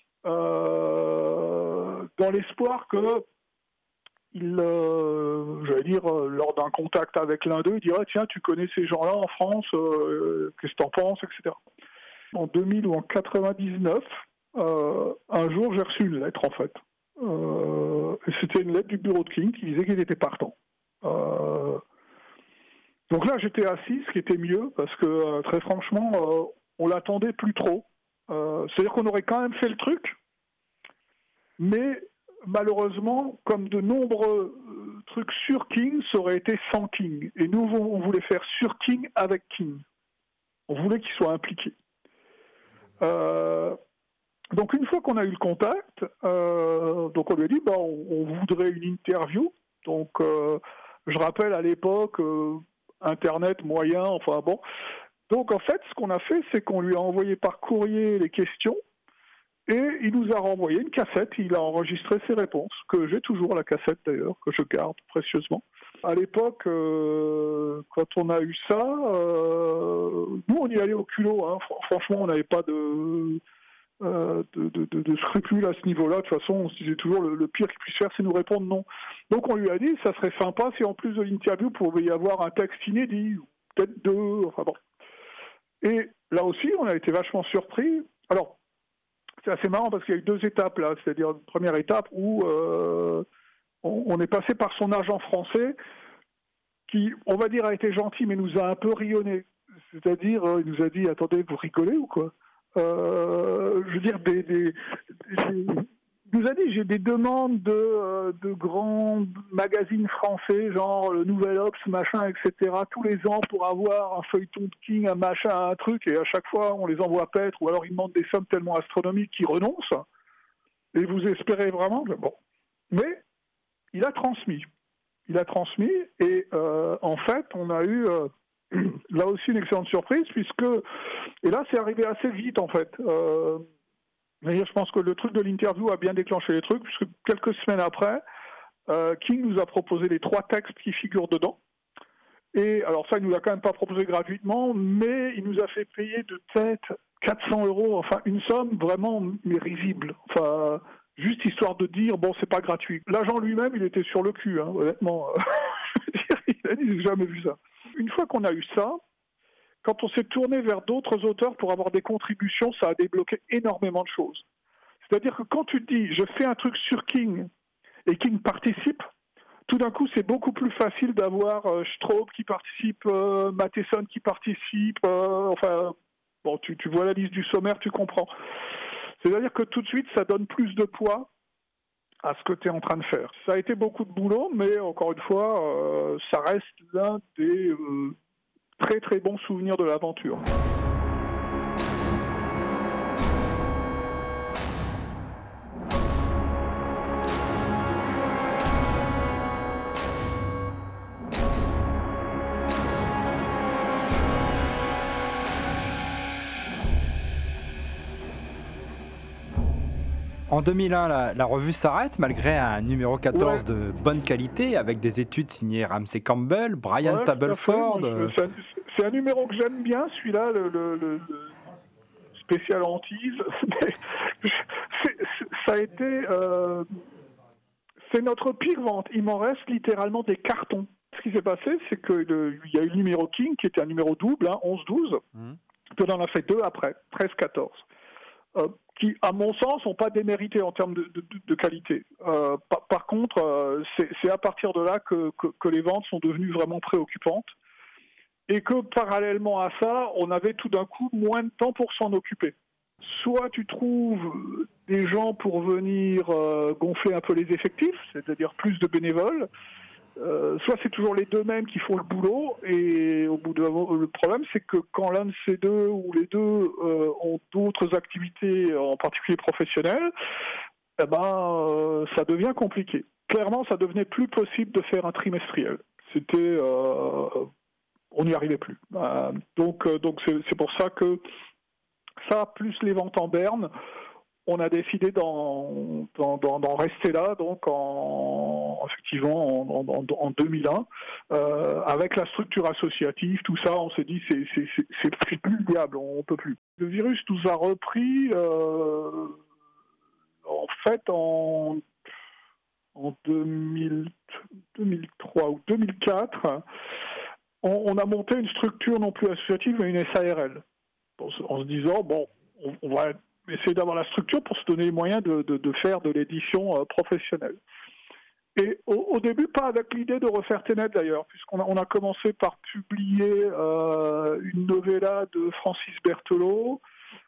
euh, dans l'espoir que, il, euh, j'allais dire, euh, lors d'un contact avec l'un d'eux, il dirait « Tiens, tu connais ces gens-là en France, euh, qu'est-ce que t'en penses ?» et cetera. En deux mille ou en quatre-vingt-dix-neuf, Euh, un jour, j'ai reçu une lettre, en fait. Euh, et c'était une lettre du bureau de King qui disait qu'il était partant. Euh, donc là, j'étais assis, ce qui était mieux, parce que, euh, très franchement, euh, on l'attendait plus trop. Euh, c'est-à-dire qu'on aurait quand même fait le truc, mais malheureusement, comme de nombreux euh, trucs sur King, ça aurait été sans King. Et nous, on voulait faire sur King avec King. On voulait qu'il soit impliqué. Euh... Donc une fois qu'on a eu le contact, euh, donc on lui a dit bah, on, on voudrait une interview. Donc euh, je rappelle à l'époque euh, internet moyen, enfin bon. Donc en fait ce qu'on a fait c'est qu'on lui a envoyé par courrier les questions et il nous a renvoyé une cassette. Il a enregistré ses réponses que j'ai toujours, la cassette d'ailleurs, que je garde précieusement. À l'époque, euh, quand on a eu ça, euh, nous on y allait au culot. Hein. Franchement on n'avait pas de Euh, de, de, de, de scrupules à ce niveau-là. De toute façon, on se disait toujours le, le pire qu'il puisse faire, c'est nous répondre non. Donc on lui a dit, ça serait sympa si en plus de l'interview, il pouvait y avoir un texte inédit, ou peut-être deux, enfin bon. Et là aussi, on a été vachement surpris. Alors, c'est assez marrant parce qu'il y a eu deux étapes là, c'est-à-dire une première étape où euh, on, on est passé par son agent français qui, on va dire, a été gentil, mais nous a un peu rionné. C'est-à-dire, euh, il nous a dit, attendez, vous rigolez ou quoi ? Euh, je veux dire, des, des, des, il nous a dit, j'ai des demandes de, euh, de grands magazines français, genre le Nouvel Obs, machin, et cetera, tous les ans pour avoir un feuilleton de King, un machin, un truc, et à chaque fois on les envoie paître, ou alors ils demandent des sommes tellement astronomiques qu'ils renoncent, et vous espérez vraiment, bon. Mais il a transmis, il a transmis, et euh, en fait on a eu... Euh, là aussi une excellente surprise puisque et là c'est arrivé assez vite en fait euh, je pense que le truc de l'interview a bien déclenché les trucs puisque quelques semaines après euh, King nous a proposé les trois textes qui figurent dedans et alors ça il nous l'a quand même pas proposé gratuitement mais il nous a fait payer de tête quatre cents euros, enfin une somme vraiment mais risible, enfin juste histoire de dire bon c'est pas gratuit. L'agent lui-même il était sur le cul hein, honnêtement. Il a dit j'ai jamais vu ça. Une fois qu'on a eu ça, quand on s'est tourné vers d'autres auteurs pour avoir des contributions, ça a débloqué énormément de choses. C'est-à-dire que quand tu te dis, je fais un truc sur King, et King participe, tout d'un coup, c'est beaucoup plus facile d'avoir euh, Straub qui participe, euh, Matheson qui participe, euh, enfin, bon, tu, tu vois la liste du sommaire, tu comprends. C'est-à-dire que tout de suite, ça donne plus de poids à ce que tu es en train de faire. Ça a été beaucoup de boulot, mais encore une fois, euh, ça reste l'un des euh, très très bons souvenirs de l'aventure. En deux mille un, la, la revue s'arrête malgré un numéro quatorze ouais. de bonne qualité avec des études signées Ramsey Campbell, Brian ouais, Stableford. Euh... C'est, un, c'est un numéro que j'aime bien, celui-là, le, le, le, le spécial hantise. c'est, c'est, ça a été... Euh... C'est notre pire vente. Il m'en reste littéralement des cartons. Ce qui s'est passé, c'est qu'il y a eu le numéro King, qui était un numéro double, hein, onze douze. Mmh. Puis on en a fait deux après, treize quatorze. Euh, qui, à mon sens, n'ont pas démérité en termes de, de, de qualité. Euh, par, par contre, euh, c'est, c'est à partir de là que, que, que les ventes sont devenues vraiment préoccupantes et que, parallèlement à ça, on avait tout d'un coup moins de temps pour s'en occuper. soit tu trouves des gens pour venir euh, gonfler un peu les effectifs, c'est-à-dire plus de bénévoles, euh, soit c'est toujours les deux mêmes qui font le boulot, et au bout de le problème c'est que quand l'un de ces deux ou les deux euh, ont d'autres activités, en particulier professionnelles, eh ben euh, ça devient compliqué. Clairement, ça devenait plus possible de faire un trimestriel. C'était, euh, on n'y arrivait plus. Euh, donc, euh, donc c'est, c'est pour ça que ça, plus les ventes en berne, on a décidé d'en, d'en, d'en, d'en rester là, donc en, effectivement en, en, en deux mille un, euh, avec la structure associative, tout ça, on s'est dit c'est, c'est, c'est, c'est, c'est plus viable, on ne peut plus. Le virus nous a repris, euh, en fait, en en deux mille, deux mille trois ou deux mille quatre, on, on a monté une structure non plus associative, mais une S A R L. En, en se disant, bon, on, on va essayer d'avoir la structure pour se donner les moyens de, de, de faire de l'édition euh, professionnelle. Et au, au début, pas avec l'idée de refaire Ténèbres d'ailleurs, puisqu'on a, on a commencé par publier euh, une novella de Francis Berthelot,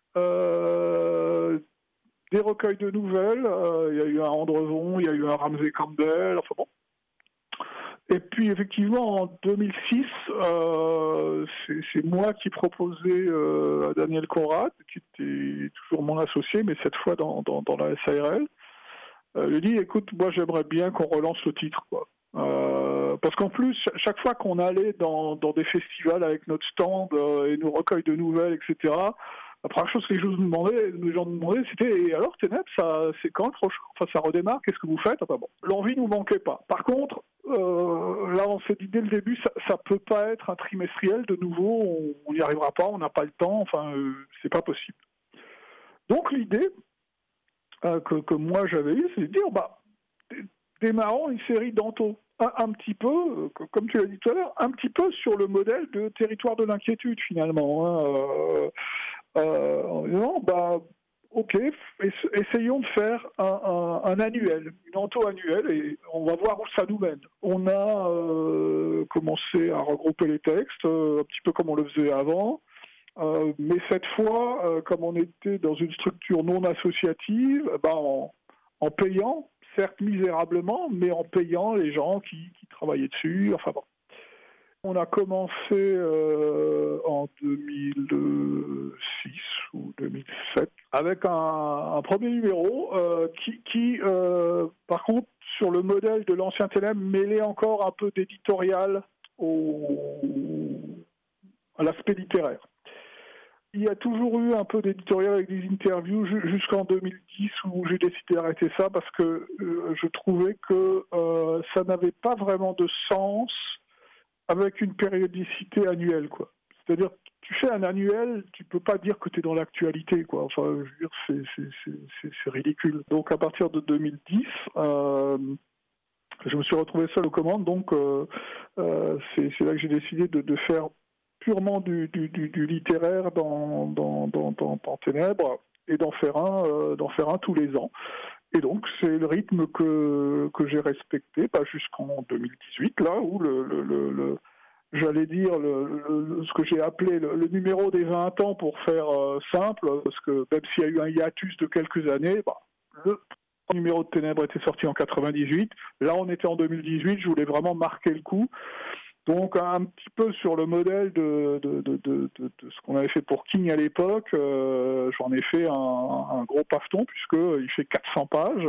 euh, des recueils de nouvelles, euh, il y a eu un Andrevon, il y a eu un Ramsey Campbell, enfin bon. Et puis effectivement en deux mille six, euh, c'est, c'est moi qui proposais euh, à Daniel Conrad, qui était toujours mon associé, mais cette fois dans, dans, dans la S A R L, euh, lui dit écoute, moi j'aimerais bien qu'on relance le titre, quoi. Euh, parce qu'en plus, chaque fois qu'on allait dans, dans des festivals avec notre stand euh, et nos recueils de nouvelles, et cetera, la première chose que les gens nous demandaient, les gens nous demandaient, c'était et alors Ténèbres, ça, c'est quand le prochain, enfin ça redémarre, qu'est-ce que vous faites? Enfin bon, l'envie nous manquait pas. Par contre, euh, là on s'est dit dès le début, ça, ça peut pas être un trimestriel. De nouveau, on n'y arrivera pas, on n'a pas le temps. Enfin, euh, c'est pas possible. Donc l'idée euh, que, que moi j'avais eue, c'est de dire bah démarrons une série d'Anto. Un, un petit peu, euh, comme tu l'as dit tout à l'heure, un petit peu sur le modèle de Territoire de l'inquiétude finalement. Hein, euh, Euh, non, bah, ok, essayons de faire un, un, un annuel, une Anto annuelle, et on va voir où ça nous mène. On a euh, commencé à regrouper les textes, euh, un petit peu comme on le faisait avant, euh, mais cette fois, euh, comme on était dans une structure non associative, bah, en, en payant, certes misérablement, mais en payant les gens qui, qui travaillaient dessus, enfin bon. On a commencé euh, en deux mille six ou deux mille sept avec un, un premier numéro euh, qui, qui euh, par contre, sur le modèle de l'ancien Ténèbres, mêlait encore un peu d'éditorial au, à l'aspect littéraire. Il y a toujours eu un peu d'éditorial avec des interviews jusqu'en deux mille dix où j'ai décidé d'arrêter ça parce que euh, je trouvais que euh, ça n'avait pas vraiment de sens avec une périodicité annuelle, quoi. C'est-à-dire, tu fais un annuel, tu peux pas dire que tu es dans l'actualité, quoi. Enfin, je veux dire, c'est, c'est, c'est, c'est, c'est ridicule. Donc, à partir de deux mille dix, euh, je me suis retrouvé seul aux commandes, donc euh, euh, c'est, c'est là que j'ai décidé de, de faire purement du, du, du, du littéraire dans, dans, dans, dans, dans Ténèbres et d'en faire un, euh, d'en faire un tous les ans. Et donc, c'est le rythme que, que j'ai respecté bah, jusqu'en deux mille dix-huit, là, où le, le, le, le j'allais dire, le, le, ce que j'ai appelé le, le numéro des vingt ans, pour faire euh, simple, parce que même s'il y a eu un hiatus de quelques années, bah, le numéro de Ténèbres était sorti en quatre-vingt-dix-huit. Là, on était en deux mille dix-huit, je voulais vraiment marquer le coup. Donc, un petit peu sur le modèle de, de, de, de, de, de ce qu'on avait fait pour King à l'époque, euh, j'en ai fait un, un gros paveton, puisqu'il fait quatre cents pages,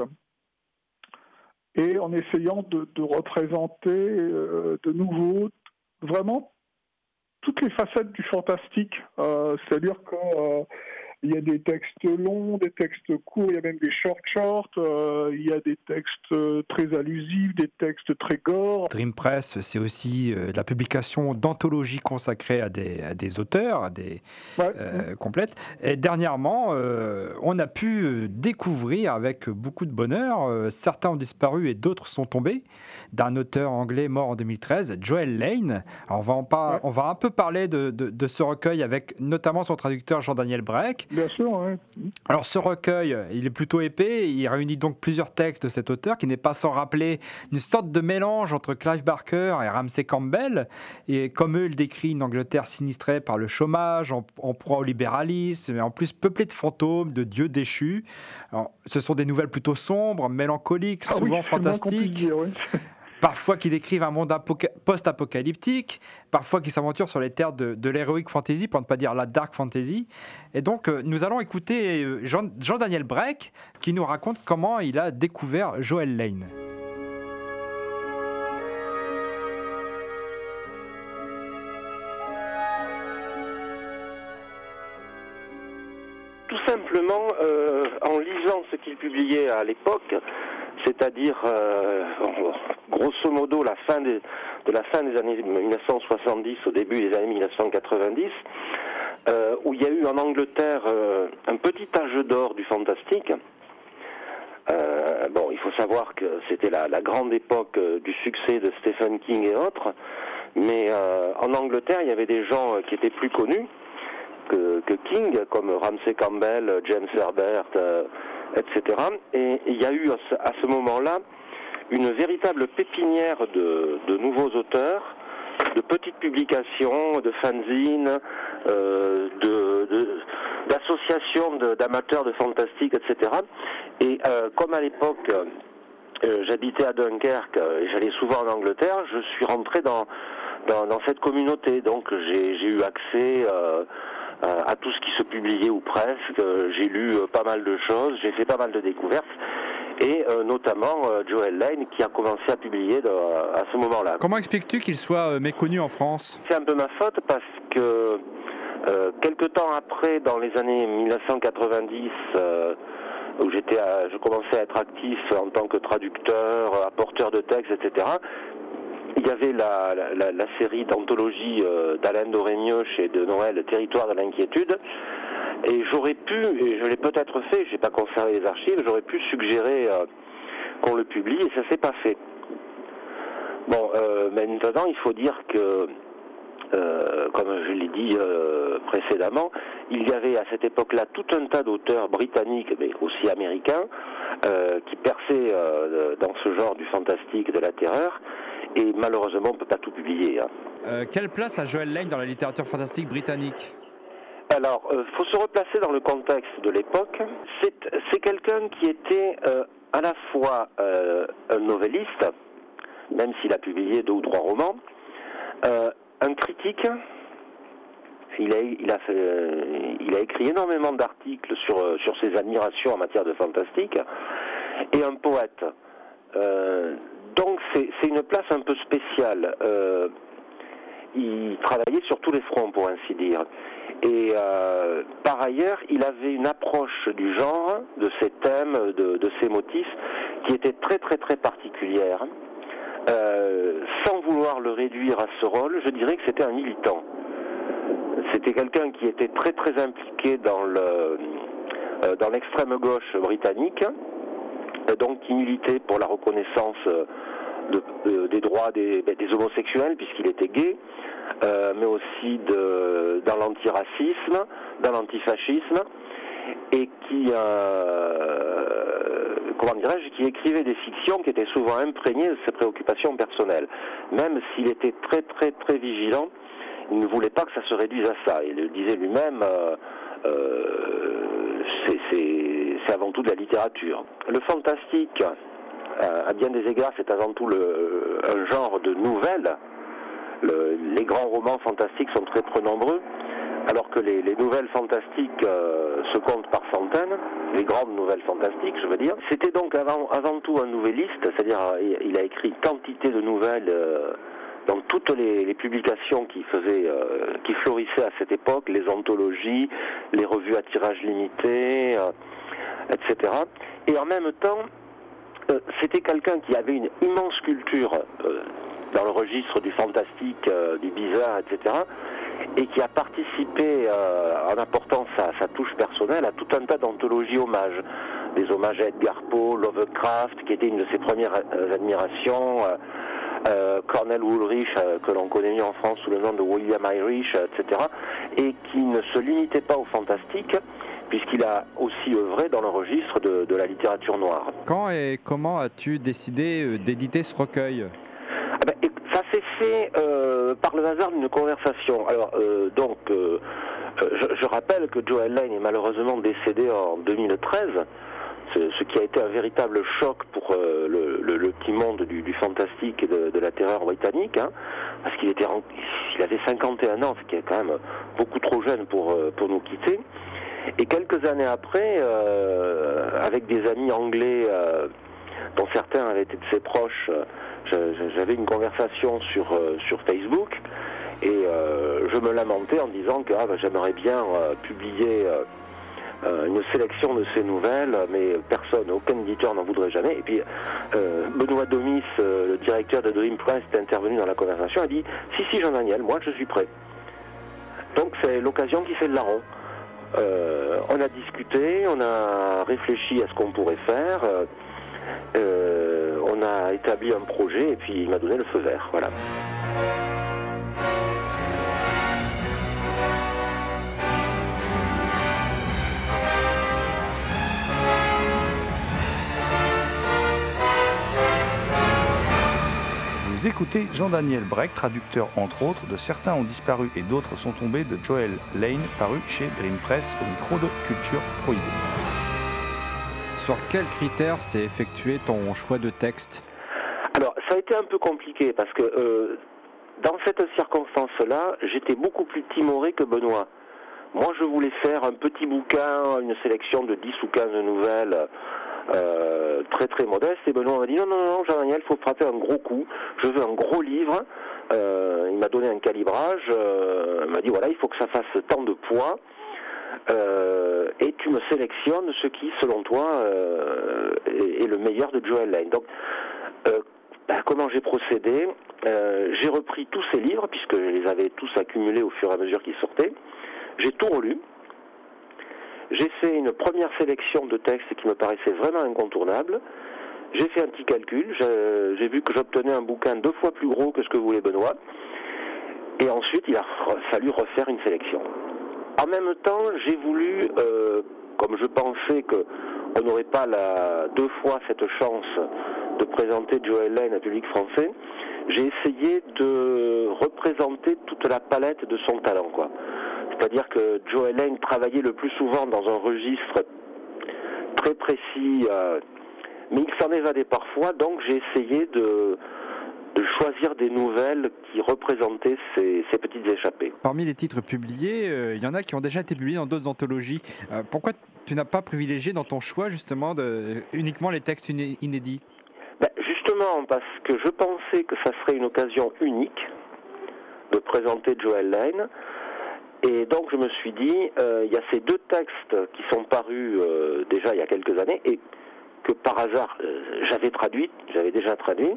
et en essayant de, de représenter euh, de nouveau vraiment toutes les facettes du fantastique. Euh, c'est-à-dire que euh, il y a des textes longs, des textes courts, il y a même des short shorts, euh, il y a des textes très allusifs, des textes très gore. Dream Press, c'est aussi euh, la publication d'anthologies consacrées à des, à des auteurs, à des ouais. euh, complètes. Et dernièrement, euh, on a pu découvrir avec beaucoup de bonheur, euh, certains ont disparu et d'autres sont tombés, d'un auteur anglais mort en deux mille treize, Joel Lane. Alors on va, en par... ouais. on va un peu parler de, de, de ce recueil avec notamment son traducteur Jean-Daniel Breck. Bien sûr, oui. Alors ce recueil, il est plutôt épais, il réunit donc plusieurs textes de cet auteur qui n'est pas sans rappeler une sorte de mélange entre Clive Barker et Ramsey Campbell, et comme eux, il décrit une Angleterre sinistrée par le chômage, en, en proie au libéralisme, et en plus peuplée de fantômes, de dieux déchus. Alors, ce sont des nouvelles plutôt sombres, mélancoliques, Ah souvent oui, c'est moins qu'on fantastiques. puisse dire, oui. Parfois qui décrivent un monde apoca- post-apocalyptique, parfois qui s'aventurent sur les terres de, de l'heroic fantasy, pour ne pas dire la dark fantasy. Et donc, euh, nous allons écouter euh, Jean, Jean-Daniel Brech, qui nous raconte comment il a découvert Joel Lane. Tout simplement, euh, en lisant ce qu'il publiait à l'époque, c'est-à-dire euh, grosso modo la fin des, de la fin des années dix-neuf cent soixante-dix au début des années dix-neuf cent quatre-vingt-dix, euh, où il y a eu en Angleterre euh, un petit âge d'or du fantastique. Euh, bon, il faut savoir que c'était la, la grande époque euh, du succès de Stephen King et autres, mais euh, en Angleterre, il y avait des gens euh, qui étaient plus connus que, que King, comme Ramsey Campbell, James Herbert, euh, et cetera. Et il y a eu à ce, à ce moment-là une véritable pépinière de, de nouveaux auteurs, de petites publications, de fanzines, euh, de, de, d'associations de, d'amateurs de fantastique, et cetera. Et euh, comme à l'époque, euh, j'habitais à Dunkerque et j'allais souvent en Angleterre, je suis rentré dans, dans, dans cette communauté. Donc j'ai, j'ai eu accès euh, à, à tout ce qui se publiait ou presque. J'ai lu euh, pas mal de choses, j'ai fait pas mal de découvertes. Et euh, notamment euh, Joel Lane qui a commencé à publier de, à ce moment-là. Comment expliques-tu qu'il soit euh, méconnu en France ? C'est un peu ma faute parce que euh, quelque temps après, dans les années dix-neuf cent quatre-vingt-dix, euh, où j'étais, à, je commençais à être actif en tant que traducteur, apporteur de textes, et cetera. Il y avait la, la, la série d'anthologie euh, d'Alain Doré-Mioche et de Noël, Territoire de l'inquiétude. Et j'aurais pu, et je l'ai peut-être fait, j'ai pas conservé les archives, j'aurais pu suggérer euh, qu'on le publie et ça s'est pas fait. Bon, euh, maintenant il faut dire que, euh, comme je l'ai dit euh, précédemment, il y avait à cette époque-là tout un tas d'auteurs britanniques, mais aussi américains, euh, qui perçaient euh, dans ce genre du fantastique, de la terreur, et malheureusement on ne peut pas tout publier. Hein. Euh, quelle place a Joel Lane dans la littérature fantastique britannique ? Alors, il euh, faut se replacer dans le contexte de l'époque. C'est, c'est quelqu'un qui était euh, à la fois euh, un novelliste, même s'il a publié deux ou trois romans, euh, un critique. Il a, il, a fait, euh, il a écrit énormément d'articles sur, euh, sur ses admirations en matière de fantastique, et un poète. Euh, donc c'est, c'est une place un peu spéciale. Euh, il travaillait sur tous les fronts, pour ainsi dire. Et euh, par ailleurs, il avait une approche du genre, de ses thèmes, de, de ses motifs, qui était très très très particulière. Euh, sans vouloir le réduire à ce rôle, je dirais que c'était un militant. C'était quelqu'un qui était très très impliqué dans, le, euh, dans l'extrême gauche britannique, et donc qui militait pour la reconnaissance de, de, des droits des, des homosexuels, puisqu'il était gay. Euh, mais aussi de, dans l'antiracisme, dans l'antifascisme, et qui, euh, comment dirais-je, qui écrivait des fictions qui étaient souvent imprégnées de ses préoccupations personnelles. Même s'il était très très très vigilant, il ne voulait pas que ça se réduise à ça. Il le disait lui-même, euh, euh, c'est, c'est, c'est avant tout de la littérature. Le fantastique, euh, à bien des égards, c'est avant tout le, un genre de nouvelles. Le, les grands romans fantastiques sont très très nombreux, alors que les, les nouvelles fantastiques euh, se comptent par centaines, les grandes nouvelles fantastiques, je veux dire. C'était donc avant, avant tout un nouvelliste, c'est-à-dire il, il a écrit quantité de nouvelles euh, dans toutes les, les publications qui faisaient, euh, qui florissaient à cette époque, les anthologies, les revues à tirage limité, euh, et cetera. Et en même temps, euh, c'était quelqu'un qui avait une immense culture euh, dans le registre du fantastique, euh, du bizarre, et cetera, et qui a participé, euh, en apportant sa, sa touche personnelle, à tout un tas d'anthologies hommages. Des hommages à Edgar Poe, Lovecraft, qui était une de ses premières euh, admirations, euh, euh, Cornell Woolrich, euh, que l'on connaît mieux en France sous le nom de William Irish, et cetera, et qui ne se limitait pas au fantastique, puisqu'il a aussi œuvré dans le registre de, de la littérature noire. Quand et comment as-tu décidé d'éditer ce recueil ? Ah ben, ça s'est fait euh, par le hasard d'une conversation. Alors, euh, donc, euh, je, je rappelle que Joel Lane est malheureusement décédé en deux mille treize, ce, ce qui a été un véritable choc pour euh, le, le, le petit monde du, du fantastique et de, de la terreur britannique, hein, parce qu'il était, il avait cinquante et un ans, ce qui est quand même beaucoup trop jeune pour, pour nous quitter. Et quelques années après, euh, avec des amis anglais, euh, dont certains avaient été de ses proches, j'avais une conversation sur, euh, sur Facebook et euh, je me lamentais en disant que ah, bah, j'aimerais bien euh, publier euh, une sélection de ces nouvelles, mais personne, aucun éditeur n'en voudrait jamais. Et puis euh, Benoît Domis, euh, le directeur de Dream Press, est intervenu dans la conversation, a dit si si Jean-Daniel, moi je suis prêt. Donc c'est l'occasion qui fait le larron. Euh, on a discuté, on a réfléchi à ce qu'on pourrait faire. Euh, Euh, on a établi un projet et puis il m'a donné le feu vert, voilà. Vous écoutez Jean-Daniel Breck, traducteur entre autres de Certains ont disparu et d'autres sont tombés de Joel Lane, paru chez Dream Press au micro de Culture Prohibée. Sur quels critères s'est effectué ton choix de texte ? Alors, ça a été un peu compliqué parce que euh, dans cette circonstance-là, j'étais beaucoup plus timoré que Benoît. Moi, je voulais faire un petit bouquin, une sélection de dix ou quinze nouvelles euh, très très modestes. Et Benoît m'a dit non, non, non, Jean-Daniel, il faut frapper un gros coup. Je veux un gros livre. Euh, il m'a donné un calibrage. Euh, il m'a dit voilà, il faut que ça fasse tant de poids. Euh, et tu me sélectionnes ce qui, selon toi, euh, est, est le meilleur de Joel Lane. Donc, euh, ben, comment j'ai procédé ? euh, J'ai repris tous ces livres, puisque je les avais tous accumulés au fur et à mesure qu'ils sortaient. J'ai tout relu. J'ai fait une première sélection de textes qui me paraissait vraiment incontournable. J'ai fait un petit calcul. J'ai, j'ai vu que j'obtenais un bouquin deux fois plus gros que ce que voulait Benoît. Et ensuite, il a fallu refaire une sélection. En même temps, j'ai voulu, euh, comme je pensais qu'on n'aurait pas la, deux fois cette chance de présenter Joel Lane à public français, j'ai essayé de représenter toute la palette de son talent, quoi. C'est-à-dire que Joel Lane travaillait le plus souvent dans un registre très précis, euh, mais il s'en évadait parfois, donc j'ai essayé de... de choisir des nouvelles qui représentaient ces, ces petites échappées. Parmi les titres publiés, il euh, y en a qui ont déjà été publiés dans d'autres anthologies. Euh, pourquoi tu n'as pas privilégié dans ton choix justement de, uniquement les textes iné- inédits ? Ben, justement parce que je pensais que ça serait une occasion unique de présenter Joel Lane. Et donc je me suis dit, euh, il y a ces deux textes qui sont parus euh, déjà il y a quelques années et que par hasard euh, j'avais traduit, j'avais déjà traduit.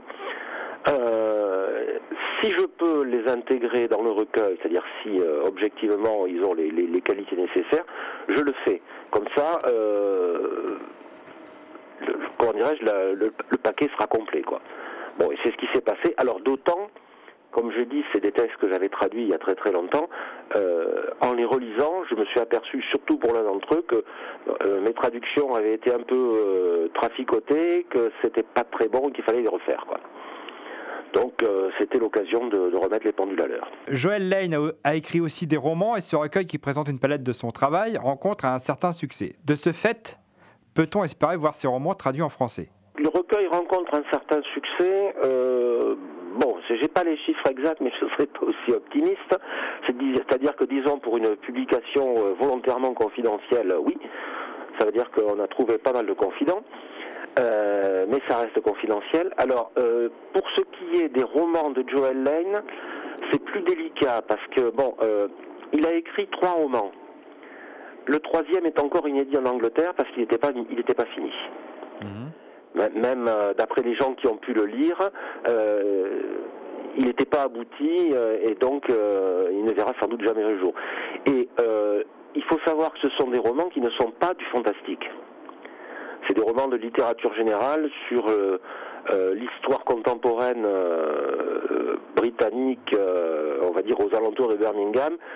Euh, si je peux les intégrer dans le recueil, c'est-à-dire si euh, objectivement ils ont les, les, les qualités nécessaires, je le fais. Comme ça, euh, le, comment dirais-je, la, le, le paquet sera complet, quoi. Bon, et c'est ce qui s'est passé. Alors d'autant, comme je dis, c'est des textes que j'avais traduits il y a très très longtemps. Euh, en les relisant, je me suis aperçu, surtout pour l'un d'entre eux, que euh, mes traductions avaient été un peu euh, traficotées, que c'était pas très bon et qu'il fallait les refaire, quoi. Donc euh, c'était l'occasion de, de remettre les pendules à l'heure. Joel Lane a, a écrit aussi des romans et ce recueil qui présente une palette de son travail rencontre un certain succès. De ce fait, peut-on espérer voir ces romans traduits en français ? Le recueil rencontre un certain succès. Euh, bon, j'ai pas les chiffres exacts, mais je ne serais pas aussi optimiste. C'est, c'est-à-dire que, disons, pour une publication euh, volontairement confidentielle, oui, ça veut dire qu'on a trouvé pas mal de confidents. Euh, mais ça reste confidentiel. Alors, euh, pour ce qui est des romans de Joel Lane, c'est plus délicat parce que, bon, euh, il a écrit trois romans. Le troisième est encore inédit en Angleterre parce qu'il n'était pas, il n'était pas fini. Mmh. Même euh, d'après les gens qui ont pu le lire, euh, il n'était pas abouti euh, et donc euh, il ne verra sans doute jamais le jour. Et euh, il faut savoir que ce sont des romans qui ne sont pas du fantastique. C'est des romans de littérature générale sur euh, euh, l'histoire contemporaine euh, britannique, euh, on va dire aux alentours de Birmingham,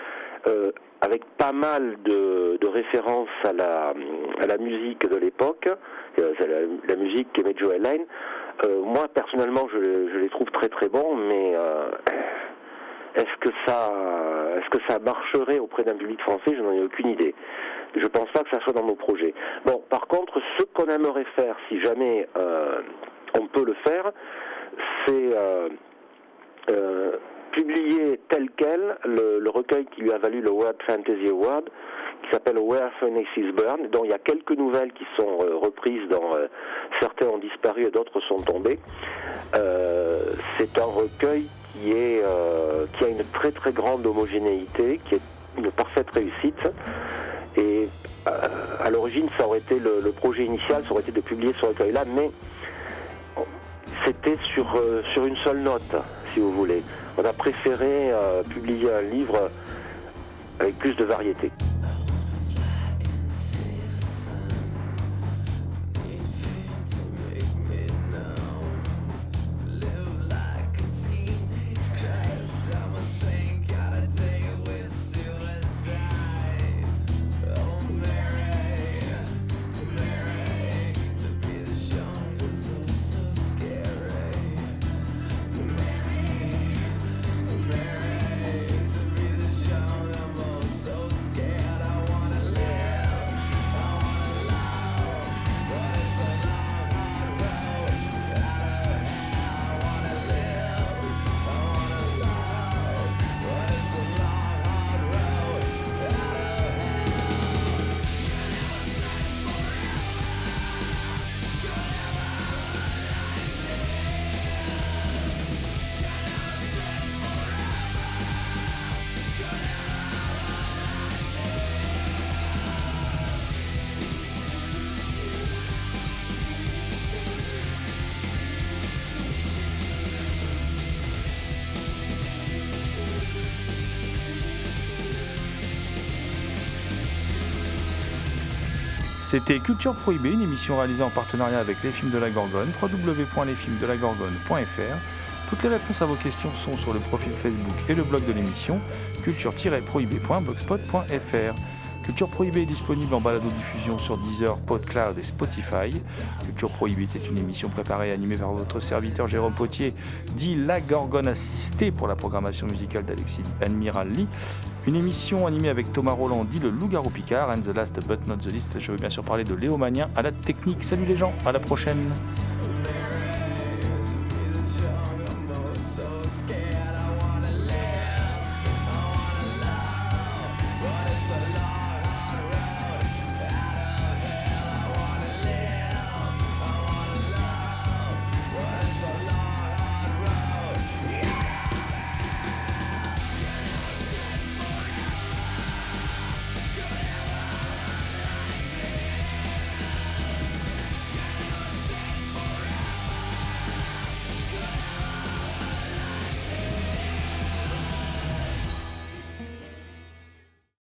euh, avec pas mal de, de références à la, à la musique de l'époque, euh, la, la musique qu'aimait Joe Hine. Euh, moi, personnellement, je, je les trouve très très bons, mais euh, est-ce que ça, est-ce que ça marcherait auprès d'un public français? Je n'en ai aucune idée. Je pense pas que ça soit dans nos projets. Bon, par contre, ce qu'on aimerait faire, si jamais euh, on peut le faire, c'est euh, euh, publier tel quel le, le recueil qui lui a valu le World Fantasy Award, qui s'appelle Where Furnaces Burn, dont il y a quelques nouvelles qui sont euh, reprises dans euh, certains ont disparu et d'autres sont tombés. Euh, c'est un recueil qui est euh, qui a une très très grande homogénéité, qui est une parfaite réussite. Et euh, à l'origine, ça aurait été le, le projet initial, ça aurait été de publier ce recueil-là, mais c'était sur euh, sur une seule note, si vous voulez. On a préféré euh, publier un livre avec plus de variété. C'était Culture Prohibée, une émission réalisée en partenariat avec Les Films de la Gorgone, w w w point les films de la gorgone point f r. Toutes les réponses à vos questions sont sur le profil Facebook et le blog de l'émission, culture tiret prohibée point blogspot point f r. Culture Prohibée est disponible en balado-diffusion sur Deezer, PodCloud et Spotify. Culture Prohibée est une émission préparée et animée par votre serviteur Jérôme Potier, dit La Gorgone assistée pour la programmation musicale d'Alexis Admiral Lee. Une émission animée avec Thomas Roland, dit le Loup-garou Picard, and the last but not the least. Je veux bien sûr parler de Léo Magnien à la technique. Salut les gens, à la prochaine. It's a